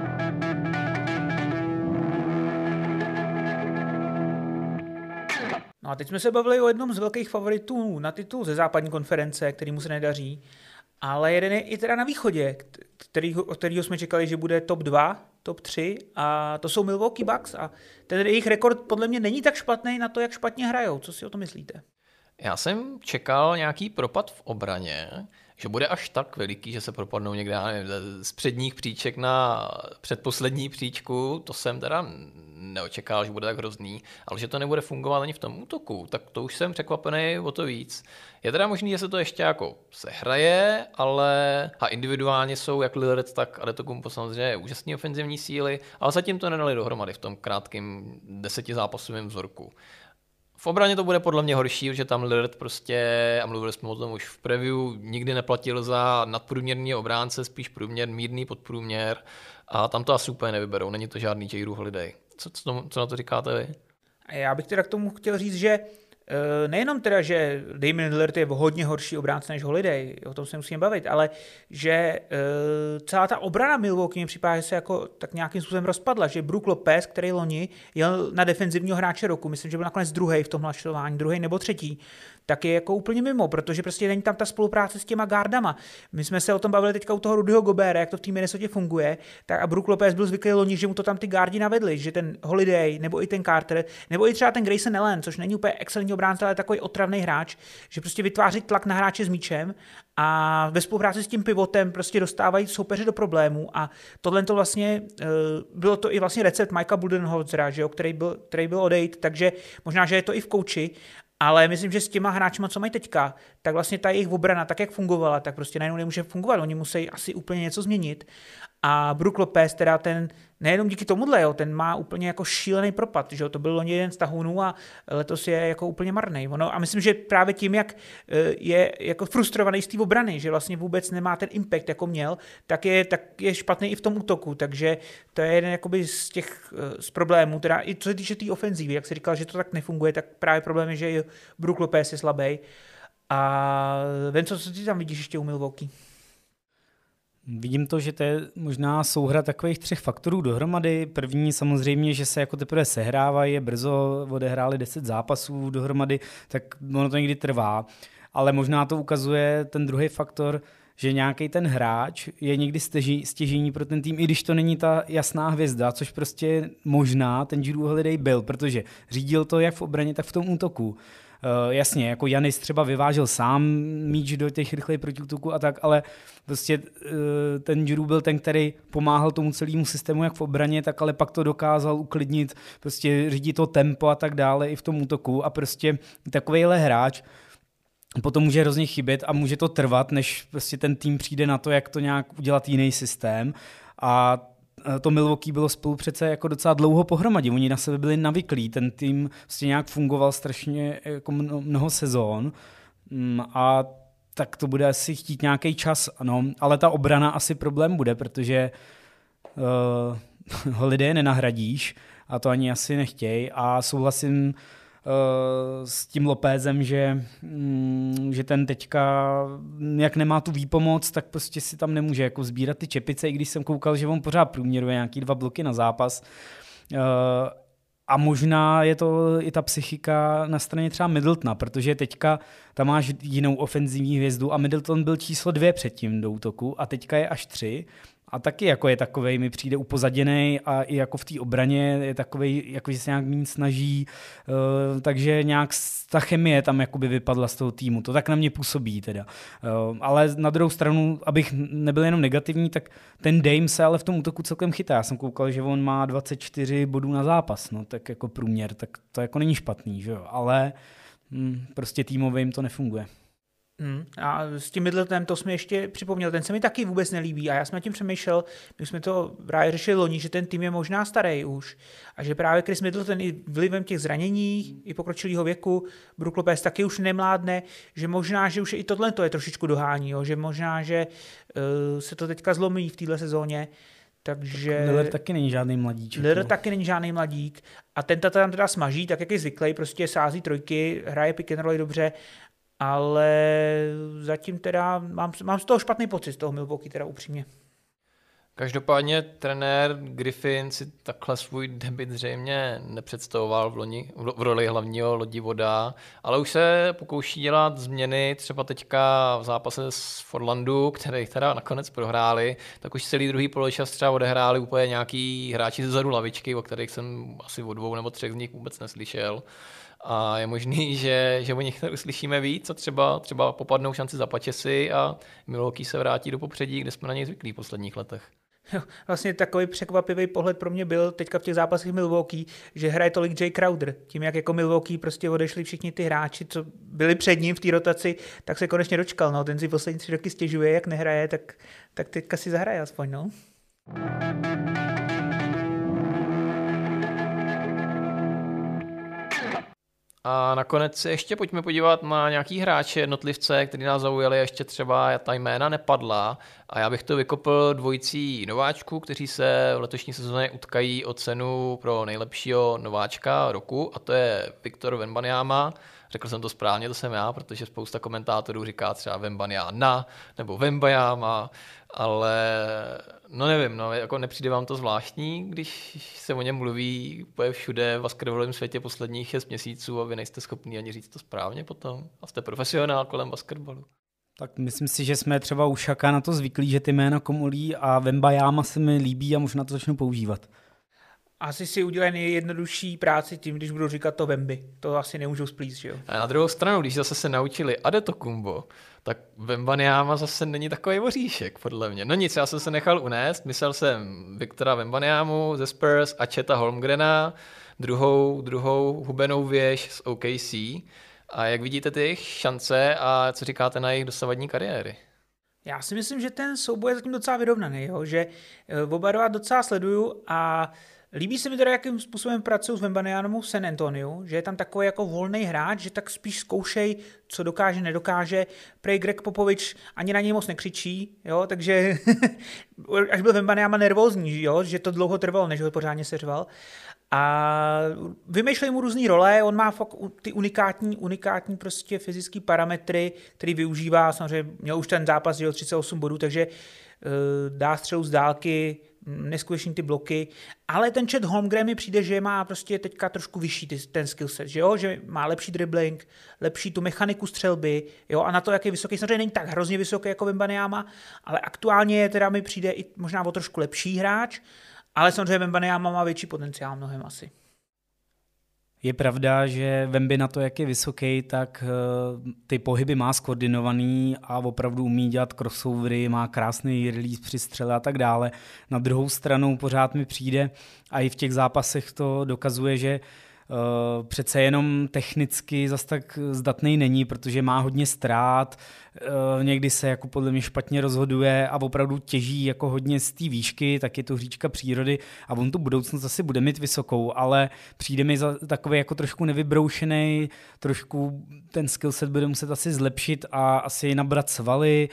No a teď jsme se bavili o jednom z velkých favoritů na titul ze západní konference, kterýmu se nedaří, ale jeden je i teda na východě, kterýho jsme čekali, že bude top 2, top 3, a to jsou Milwaukee Bucks, a ten jejich rekord podle mě není tak špatný na to, jak špatně hrajou. Co si o to myslíte? Já jsem čekal nějaký propad v obraně, že bude až tak veliký, že se propadnou někde, nevím, z předních příček na předposlední příčku, to jsem teda neočekal, že bude tak hrozný, ale že to nebude fungovat ani v tom útoku, tak to už jsem překvapený o to víc. Je teda možný, že se to ještě jako sehraje, ale a individuálně jsou jak Lillard, tak Antetokounmpo samozřejmě úžasný ofenzivní síly, ale zatím to nedali dohromady v tom krátkém 10zápasovém vzorku. V obraně to bude podle mě horší, že tam Lillard prostě, a mluvili jsme o tom už v preview, nikdy neplatil za nadprůměrný obránce, spíš průměr, mírný podprůměr, a tam to asi úplně nevyberou, není to žádný J. Holiday. Co na to říkáte vy? Já bych teda k tomu chtěl říct, že nejenom teda, že Damian Lillard je hodně horší obránce než Holiday, o tom se musíme bavit, ale že celá ta obrana Milwaukee mi připadá, že se jako tak nějakým způsobem rozpadla, že Brook Lopez, který loni jel na defenzivního hráče roku, myslím, že byl nakonec druhý v tom hlasování, druhý nebo třetí, tak je jako úplně mimo, protože prostě není tam ta spolupráce s těma gardama. My jsme se o tom bavili teďka u toho Rudyho Gobera, jak to v té Minnesotě funguje, tak a Brook Lopez byl zvyklý loni, že mu to tam ty gardi navedli, že ten Holiday, nebo i ten Carter, nebo i třeba ten Grayson Allen, což není úplně excelentní obránce, ale takový otravný hráč, že prostě vytváří tlak na hráče s míčem a ve spolupráci s tím pivotem prostě dostávají soupeře do problémů, a tohle to vlastně bylo to i vlastně recept Mikea Budenholzera, že jo, který byl odejít, takže možná, že je to i v kouči. Ale myslím, že s těma hráčima, co mají teďka, tak vlastně ta jejich obrana, tak jak fungovala, tak prostě najednou nemůže fungovat. Oni musí asi úplně něco změnit. A Brook Lopez, teda ten, nejenom díky tomuhle, jo, ten má úplně jako šílený propad, že jo, to byl loni jeden z tahounů a letos je jako úplně marný. A myslím, že právě tím, jak je jako frustrovaný z té obrany, že vlastně vůbec nemá ten impact, jako měl, tak je špatný i v tom útoku, takže to je jeden jakoby z problémů, teda i co se týče té ofenzívy, jak jsi říkal, že to tak nefunguje, tak právě problém je, že Brook Lopez je slabý. A Venco, co ty tam vidíš ještě u Milwaukee? Vidím to, že to je možná souhra takových 3 faktorů dohromady. První samozřejmě, že se jako teprve sehrávají, je brzo, odehráli 10 zápasů dohromady, tak ono to někdy trvá. Ale možná to ukazuje ten druhý faktor, že nějaký ten hráč je někdy stěžejní pro ten tým, i když to není ta jasná hvězda, což prostě možná ten Jrue Holiday byl, protože řídil to jak v obraně, tak v tom útoku. Jasně, jako Janis třeba vyvážel sám míč do těch rychlej protiútoků a tak, ale prostě ten Jrue byl ten, který pomáhal tomu celému systému jak v obraně, tak ale pak to dokázal uklidnit, prostě řídit to tempo a tak dále i v tom útoku, a prostě takovejhle hráč potom může hrozně chybět a může to trvat, než prostě ten tým přijde na to, jak to nějak udělat jiný systém. A to Milwaukee bylo spolu přece jako docela dlouho pohromadě. Oni na sebe byli navyklí, ten tým prostě nějak fungoval strašně jako mnoho sezón, a tak to bude asi chtít nějaký čas, ano, ale ta obrana asi problém bude, protože Holiday nenahradíš a to ani asi nechtěj, a souhlasím s tím Lopézem, že ten teďka, jak nemá tu výpomoc, tak prostě si tam nemůže jako sbírat ty čepice, i když jsem koukal, že on pořád průměruje nějaký 2 bloky na zápas. A možná je to i ta psychika na straně třeba Middletona, protože teďka tam máš jinou ofenzivní hvězdu a Middleton byl číslo 2 předtím do útoku a teďka je až 3. a taky jako je takovej, mi přijde upozaděnej a i jako v té obraně je takovej, jako že se nějak méně snaží, takže nějak ta chemie tam jakoby vypadla z toho týmu, to tak na mě působí teda. Ale na druhou stranu, abych nebyl jenom negativní, tak ten Dame se ale v tom útoku celkem chytá. Já jsem koukal, že on má 24 bodů na zápas, no tak jako průměr, tak to jako není špatný, že jo, ale prostě týmovým to nefunguje. A s tím Middletonem to jsme ještě připomněl, ten se mi taky vůbec nelíbí a já jsem nad tím přemýšlel, my jsme to právě řešili loni, že ten tým je možná starý už a že právě Chris Middleton i vlivem těch zranění, i pokročilého věku, Brook Lopez taky už nemládne, že možná, že už i tohle to je trošičku dohání, jo? Že možná, že se to teďka zlomí v téhle sezóně. Takže Lillard taky není žádný mladíček. Lillard taky není žádný mladík a ten tam teda smaží, tak jak je zvyklý, prostě sází trojky, hraje pick and roll dobře, ale zatím teda mám z toho špatný pocit, z toho Milwaukee teda upřímně. Každopádně trenér Griffin si takhle svůj debut zřejmě nepředstavoval v roli hlavního lodivoda, ale už se pokouší dělat změny, třeba teďka v zápase s Forlandu, který teda nakonec prohráli, tak už celý druhý poločas třeba odehráli úplně nějaký hráči zezadu lavičky, o kterých jsem asi o 2 nebo 3 z nich vůbec neslyšel. A je možný, že o nich uslyšíme víc a třeba popadnou šanci za Pačesy a Milwaukee se vrátí do popředí, kde jsme na něj zvyklí v posledních letech. Jo, vlastně takový překvapivý pohled pro mě byl teďka v těch zápasech Milwaukee, že hraje tolik Jay Crowder. Tím, jak jako Milwaukee prostě odešli všichni ty hráči, co byli před ním v té rotaci, tak se konečně dočkal. No. Ten si poslední 3 roky stěžuje, jak nehraje, tak teďka si zahraje aspoň. No. A nakonec se ještě pojďme podívat na nějaký hráče, jednotlivce, který nás zaujali, ještě třeba ta jména nepadla. A já bych to vykopl dvojicí nováčků, kteří se v letošní sezóně utkají o cenu pro nejlepšího nováčka roku, a to je Victor Wembanyama. Řekl jsem to správně, to jsem já, protože spousta komentátorů říká třeba Wembanyama nebo Wembanyama, ale no nevím, jako nepřijde vám to zvláštní, když se o něm mluví úplně všude v basketbalovém světě posledních 6 měsíců a vy nejste schopni ani říct to správně potom a jste profesionál kolem basketbalu. Tak myslím si, že jsme třeba u Šaka na to zvyklí, že ty jména komolí a Wembanyama se mi líbí a možná to začnu používat. Asi si udělají nejjednodušší práci tím, když budu říkat to Wemby. To asi nemůžou splíst, že jo? A na druhou stranu, když zase se naučili Adetokumbo, tak Wembanyama zase není takový voříšek, podle mě. No nic, já jsem se nechal unést, myslel jsem Viktora Wembanyamu ze Spurs a Cheta Holmgrena, druhou hubenou věž z OKC. A jak vidíte ty jejich šance a co říkáte na jejich dosavadní kariéry? Já si myslím, že ten souboj je zatím docela vyrovnaný, jo? Že oba dva docela sleduju a líbí se mi teda, jakým způsobem pracují s Wembanyamou v San Antoniu, že je tam takový jako volný hráč, že tak spíš zkoušej, co dokáže, nedokáže. Prej Greg Popovich ani na něj moc nekřičí, jo? Takže až byl Wembanyama nervózní, jo? Že to dlouho trvalo, než ho pořádně seřval. A vymýšlej mu různý role, on má fakt ty unikátní prostě fyzické parametry, který využívá, samozřejmě měl už ten zápas, že 38 bodů, takže dá střelu z dálky, neskutečný ty bloky, ale ten Chet Holmgren mi přijde, že má prostě teďka trošku vyšší ten skillset, že jo, že má lepší dribbling, lepší tu mechaniku střelby, jo, a na to, jak je vysoký, samozřejmě není tak hrozně vysoký jako Wembanyama, ale aktuálně teda mi přijde i možná o trošku lepší hráč, ale samozřejmě Wembanyama má větší potenciál mnohem asi. Je pravda, že Wemby na to, jak je vysoký, tak ty pohyby má skoordinovaný a opravdu umí dělat crossovery, má krásný release při střele a tak dále. Na druhou stranu pořád mi přijde a i v těch zápasech to dokazuje, že přece jenom technicky zas tak zdatný není, protože má hodně ztrát, někdy se jako podle mě špatně rozhoduje a opravdu těží jako hodně z té výšky, tak je to hříčka přírody a on tu budoucnost asi bude mít vysokou, ale přijde mi za takový jako trošku nevybroušený, trošku ten skillset bude muset asi zlepšit a asi nabrat svaly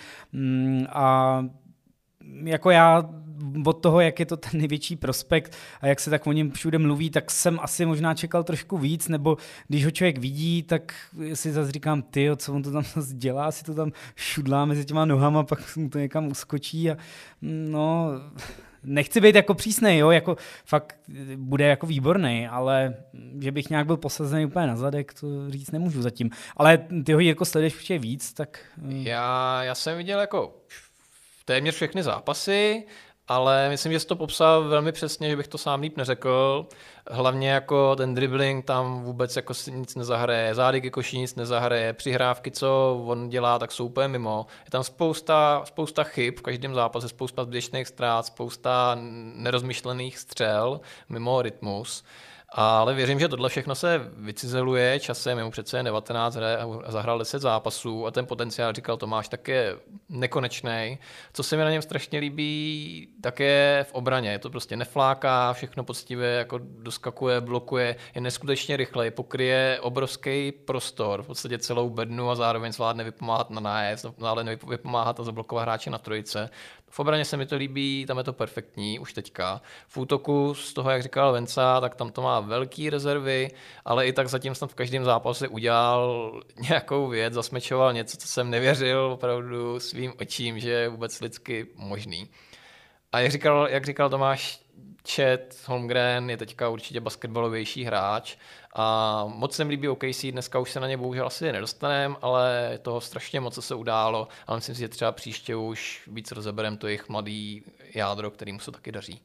a jako já od toho, jak je to ten největší prospekt a jak se tak o něm všude mluví, tak jsem asi možná čekal trošku víc, nebo když ho člověk vidí, tak si zase říkám, tyjo, co on to tam zase dělá, si to tam šudlá mezi těma nohama, pak mu to někam uskočí a no, nechci být jako přísnej, jo, jako fakt bude jako výborný, ale že bych nějak byl posazený úplně na zadek, to říct nemůžu zatím. Ale ty ho jako sleduješ určitě víc, tak... Já jsem viděl jako téměř všechny zápasy ale myslím, že jsi to popsal velmi přesně, že bych to sám líp neřekl. Hlavně jako ten dribbling tam vůbec jako si nic nezahraje, zády ke koši nic nezahraje, přihrávky, co on dělá, tak jsou úplně mimo. Je tam spousta chyb v každém zápase, spousta zbytečných ztrát, spousta nerozmyšlených střel mimo rytmus. Ale věřím, že tohle všechno se vycizeluje časem, jemu přece je 19 a zahrál 10 zápasů a ten potenciál, říkal Tomáš, tak je nekonečný. Co se mi na něm strašně líbí, tak je v obraně. Je to prostě nefláká, všechno poctivě jako doskakuje, blokuje, je neskutečně rychlej, pokryje obrovský prostor, v podstatě celou bednu a zároveň zvládne vypomáhat na nájezd, zvládne vypomáhat a zablokovat hráče na trojice. V obraně se mi to líbí, tam je to perfektní už teďka. V útoku z toho, jak říkal Venca, tak tam to má velký rezervy, ale i tak zatím snad v každém zápase udělal nějakou věc, zasmečoval něco, co jsem nevěřil opravdu svým očím, že je vůbec lidsky možný. A jak říkal Tomáš, Chet Holmgren je teďka určitě basketbalovější hráč a moc se mi líbí OKC, dneska už se na ně bohužel asi nedostaneme, ale je toho strašně moc, co se událo a myslím si, že třeba příště už víc rozeberem to jejich mladý jádro, kterým se taky daří.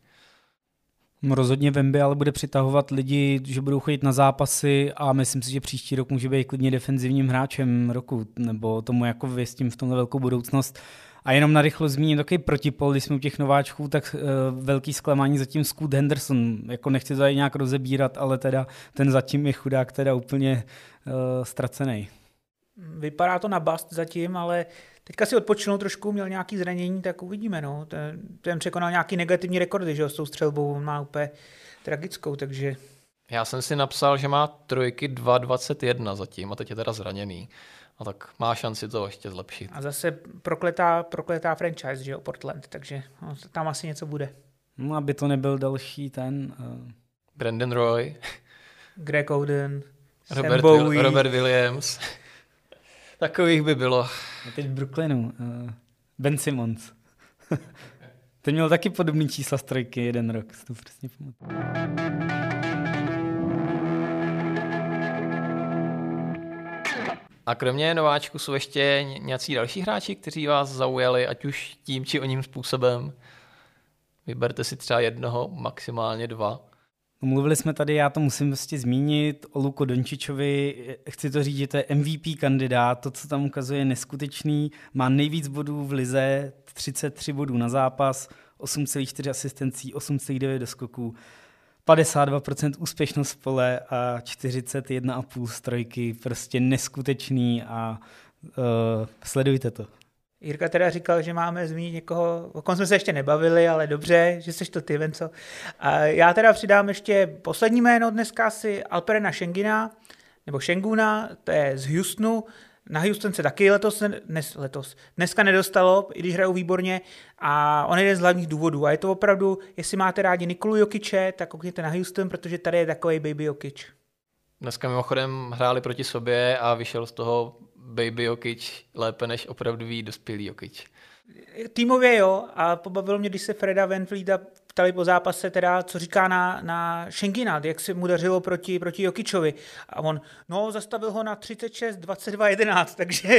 Rozhodně Wemby ale bude přitahovat lidi, že budou chodit na zápasy a myslím si, že příští rok může být klidně defenzivním hráčem roku, nebo tomu jako věstím v tomhle velkou budoucnost. A jenom na rychlo zmíním takový protipol, když jsme u těch nováčků, tak velký zklamání zatím Scoot Henderson. Jako nechci to tady nějak rozebírat, ale teda ten zatím je chudák teda úplně ztracený. Vypadá to na bast zatím, ale teďka si odpočinul trošku, měl nějaký zranění, tak uvidíme. No. Ten překonal nějaký negativní rekordy, že jo, s tou střelbou, on má úplně tragickou, takže... Já jsem si napsal, že má trojky 2,21 zatím a teď je teda zraněný. A tak má šanci to ještě zlepšit. A zase prokletá franchise, že jo, Portland, takže no, tam asi něco bude. No, aby to nebyl další ten... Brandon Roy. Greg Oden. Robert Williams. Takových by bylo. A teď v Brooklynu. Ben Simmons. Ten měl taky podobný čísla z trojky jeden rok. To přesně pamatuju. A kromě nováčků jsou ještě nějací další hráči, kteří vás zaujali, ať už tím či oním způsobem? Vyberte si třeba jednoho, maximálně dva. Mluvili jsme tady, já to musím vlastně zmínit, o Luko Dončičovi, chci to říct, že to je MVP kandidát, to, co tam ukazuje, je neskutečný, má nejvíc bodů v lize, 33 bodů na zápas, 8,4 asistencí, 8,9 doskoků, 52% úspěšnost v pole a 41,5 z trojky, prostě neskutečný a sledujte to. Jirka teda říkal, že máme zmínit někoho, o kom jsme se ještě nebavili, ale dobře, že seš to ty, Venco. A já teda přidám ještě poslední jméno dneska si Alperena Şenguna, to je z Houstonu. Na Houston se taky dneska nedostalo, i když hrajou výborně a on je jeden z hlavních důvodů. A je to opravdu, jestli máte rádi Nikolu Jokiče, tak koukněte na Houston, protože tady je takovej baby Jokic. Dneska mimochodem hráli proti sobě a vyšel z toho baby Jokic lépe než opravdový dospělý Jokic. Týmově jo, a pobavilo mě, když se Freda VanVleeta ptali po zápase, teda, co říká na Šengina, jak se mu dařilo proti Jokičovi. A on, zastavil ho na 36, 22, 11, takže...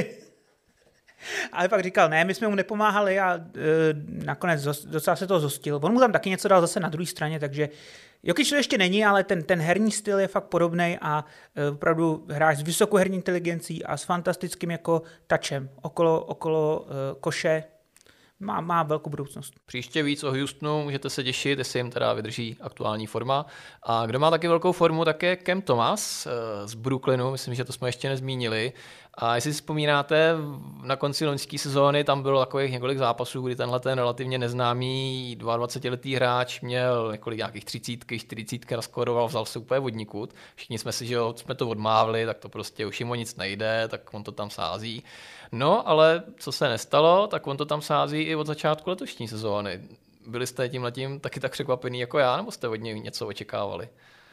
Ale pak říkal, ne, my jsme mu nepomáhali a nakonec docela se toho zhostil. On mu tam taky něco dal zase na druhé straně, takže Jokic to ještě není, ale ten herní styl je fakt podobný a opravdu hráč s vysokou herní inteligencí a s fantastickým jako touchem okolo koše. Má velkou budoucnost. Příště víc o Houstonu můžete se těšit, jestli jim teda vydrží aktuální forma. A kdo má taky velkou formu, tak je Cam Thomas z Brooklynu, myslím, že to jsme ještě nezmínili. A jestli si vzpomínáte, na konci loňské sezóny tam bylo takových několik zápasů, kdy tenhle ten relativně neznámý 22letý hráč měl několik nějakých 30, 40 naskoroval, vzal se úplně vodníkud. Všichni jsme si, že jsme to odmávli, tak to prostě už jim o nic nejde, tak on to tam sází. No, ale co se nestalo, tak on to tam sází i od začátku letošní sezóny. Byli jste tímhletím taky tak překvapený jako já, nebo jste od něj něco očekávali?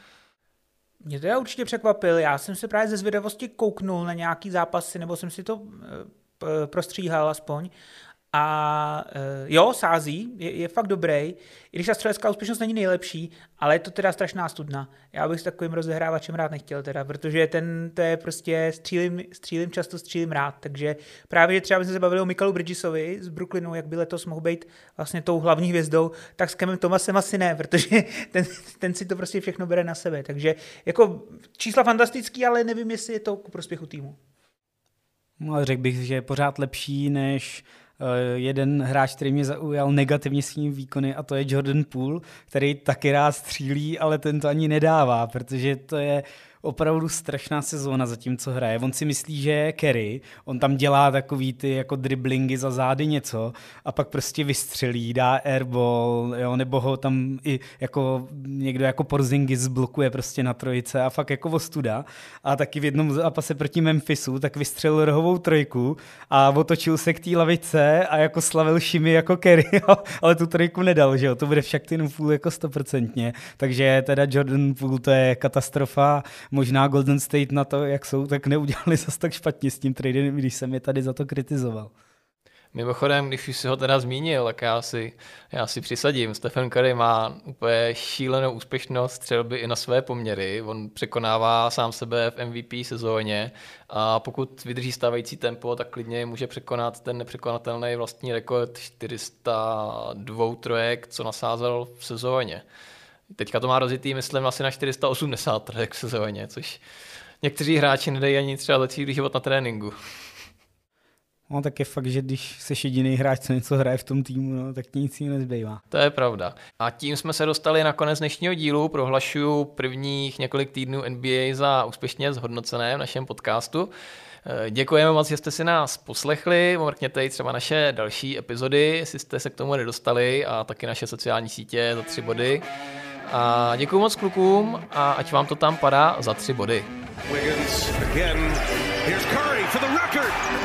Mě to já určitě překvapil. Já jsem se právě ze zvědavosti kouknul na nějaký zápasy, nebo jsem si to prostříhal aspoň. A jo, sází, je fakt dobrý, i když ta střelecká úspěšnost není nejlepší, ale je to teda strašná studna. Já bych s takovým rozehrávačem rád nechtěl teda, protože to je prostě střílím často, střílím rád, takže právě třeba my jsme se bavili o Michaelu Bridgesovi z Brooklynu, jak by letos mohl být vlastně tou hlavní hvězdou, tak s Kemem Thomasem asi ne, protože ten si to prostě všechno bere na sebe, takže jako čísla fantastický, ale nevím, jestli je to ku prospěchu týmu. No, ale řekl bych, že je pořád lepší než jeden hráč, který mě zaujal negativně svými výkony, a to je Jordan Poole, který taky rád střílí, ale ten to ani nedává, protože to je opravdu strašná sezóna za tím, co hraje. On si myslí, že je Curry, on tam dělá takový ty jako driblingy za zády něco a pak prostě vystřelí, dá airball, jo, nebo ho tam i jako někdo jako Porzingis blokuje prostě na trojice a fakt jako ostuda. A taky v jednom zápase proti Memphisu tak vystřelil rohovou trojku a otočil se k té lavice a jako slavil šimi jako Curry, ale tu trojku nedal, že jo, to bude však ten Poole jako 100%. Takže teda Jordan Poole to je katastrofa. Možná Golden State na to, jak jsou, tak neudělali zase tak špatně s tím tradem, když jsem je tady za to kritizoval. Mimochodem, když už si ho teda zmínil, tak já si přisadím. Stephen Curry má úplně šílenou úspěšnost střelby i na své poměry. On překonává sám sebe v MVP sezóně a pokud vydrží stávající tempo, tak klidně může překonat ten nepřekonatelný vlastní rekord 402 trojek, co nasázel v sezóně. Teďka to má rozjetý, myslím, asi na 480 trojek v sezóně, což někteří hráči nedají ani třeba za celý život na tréninku. No tak je fakt, že když jsi jediný hráč, co něco hraje v tom týmu, no, tak nic jiného nezbývá. To je pravda. A tím jsme se dostali na konec dnešního dílu. Prohlašuju prvních několik týdnů NBA za úspěšně zhodnocené v našem podcastu. Děkujeme moc, že jste si nás poslechli. Mrkněte i třeba naše další epizody, jestli jste se k tomu nedostali, a taky naše sociální sítě za 3 body. A děkuji moc klukům a ať vám to tam padá za 3 body. Wiggins again. Here's Curry for the record.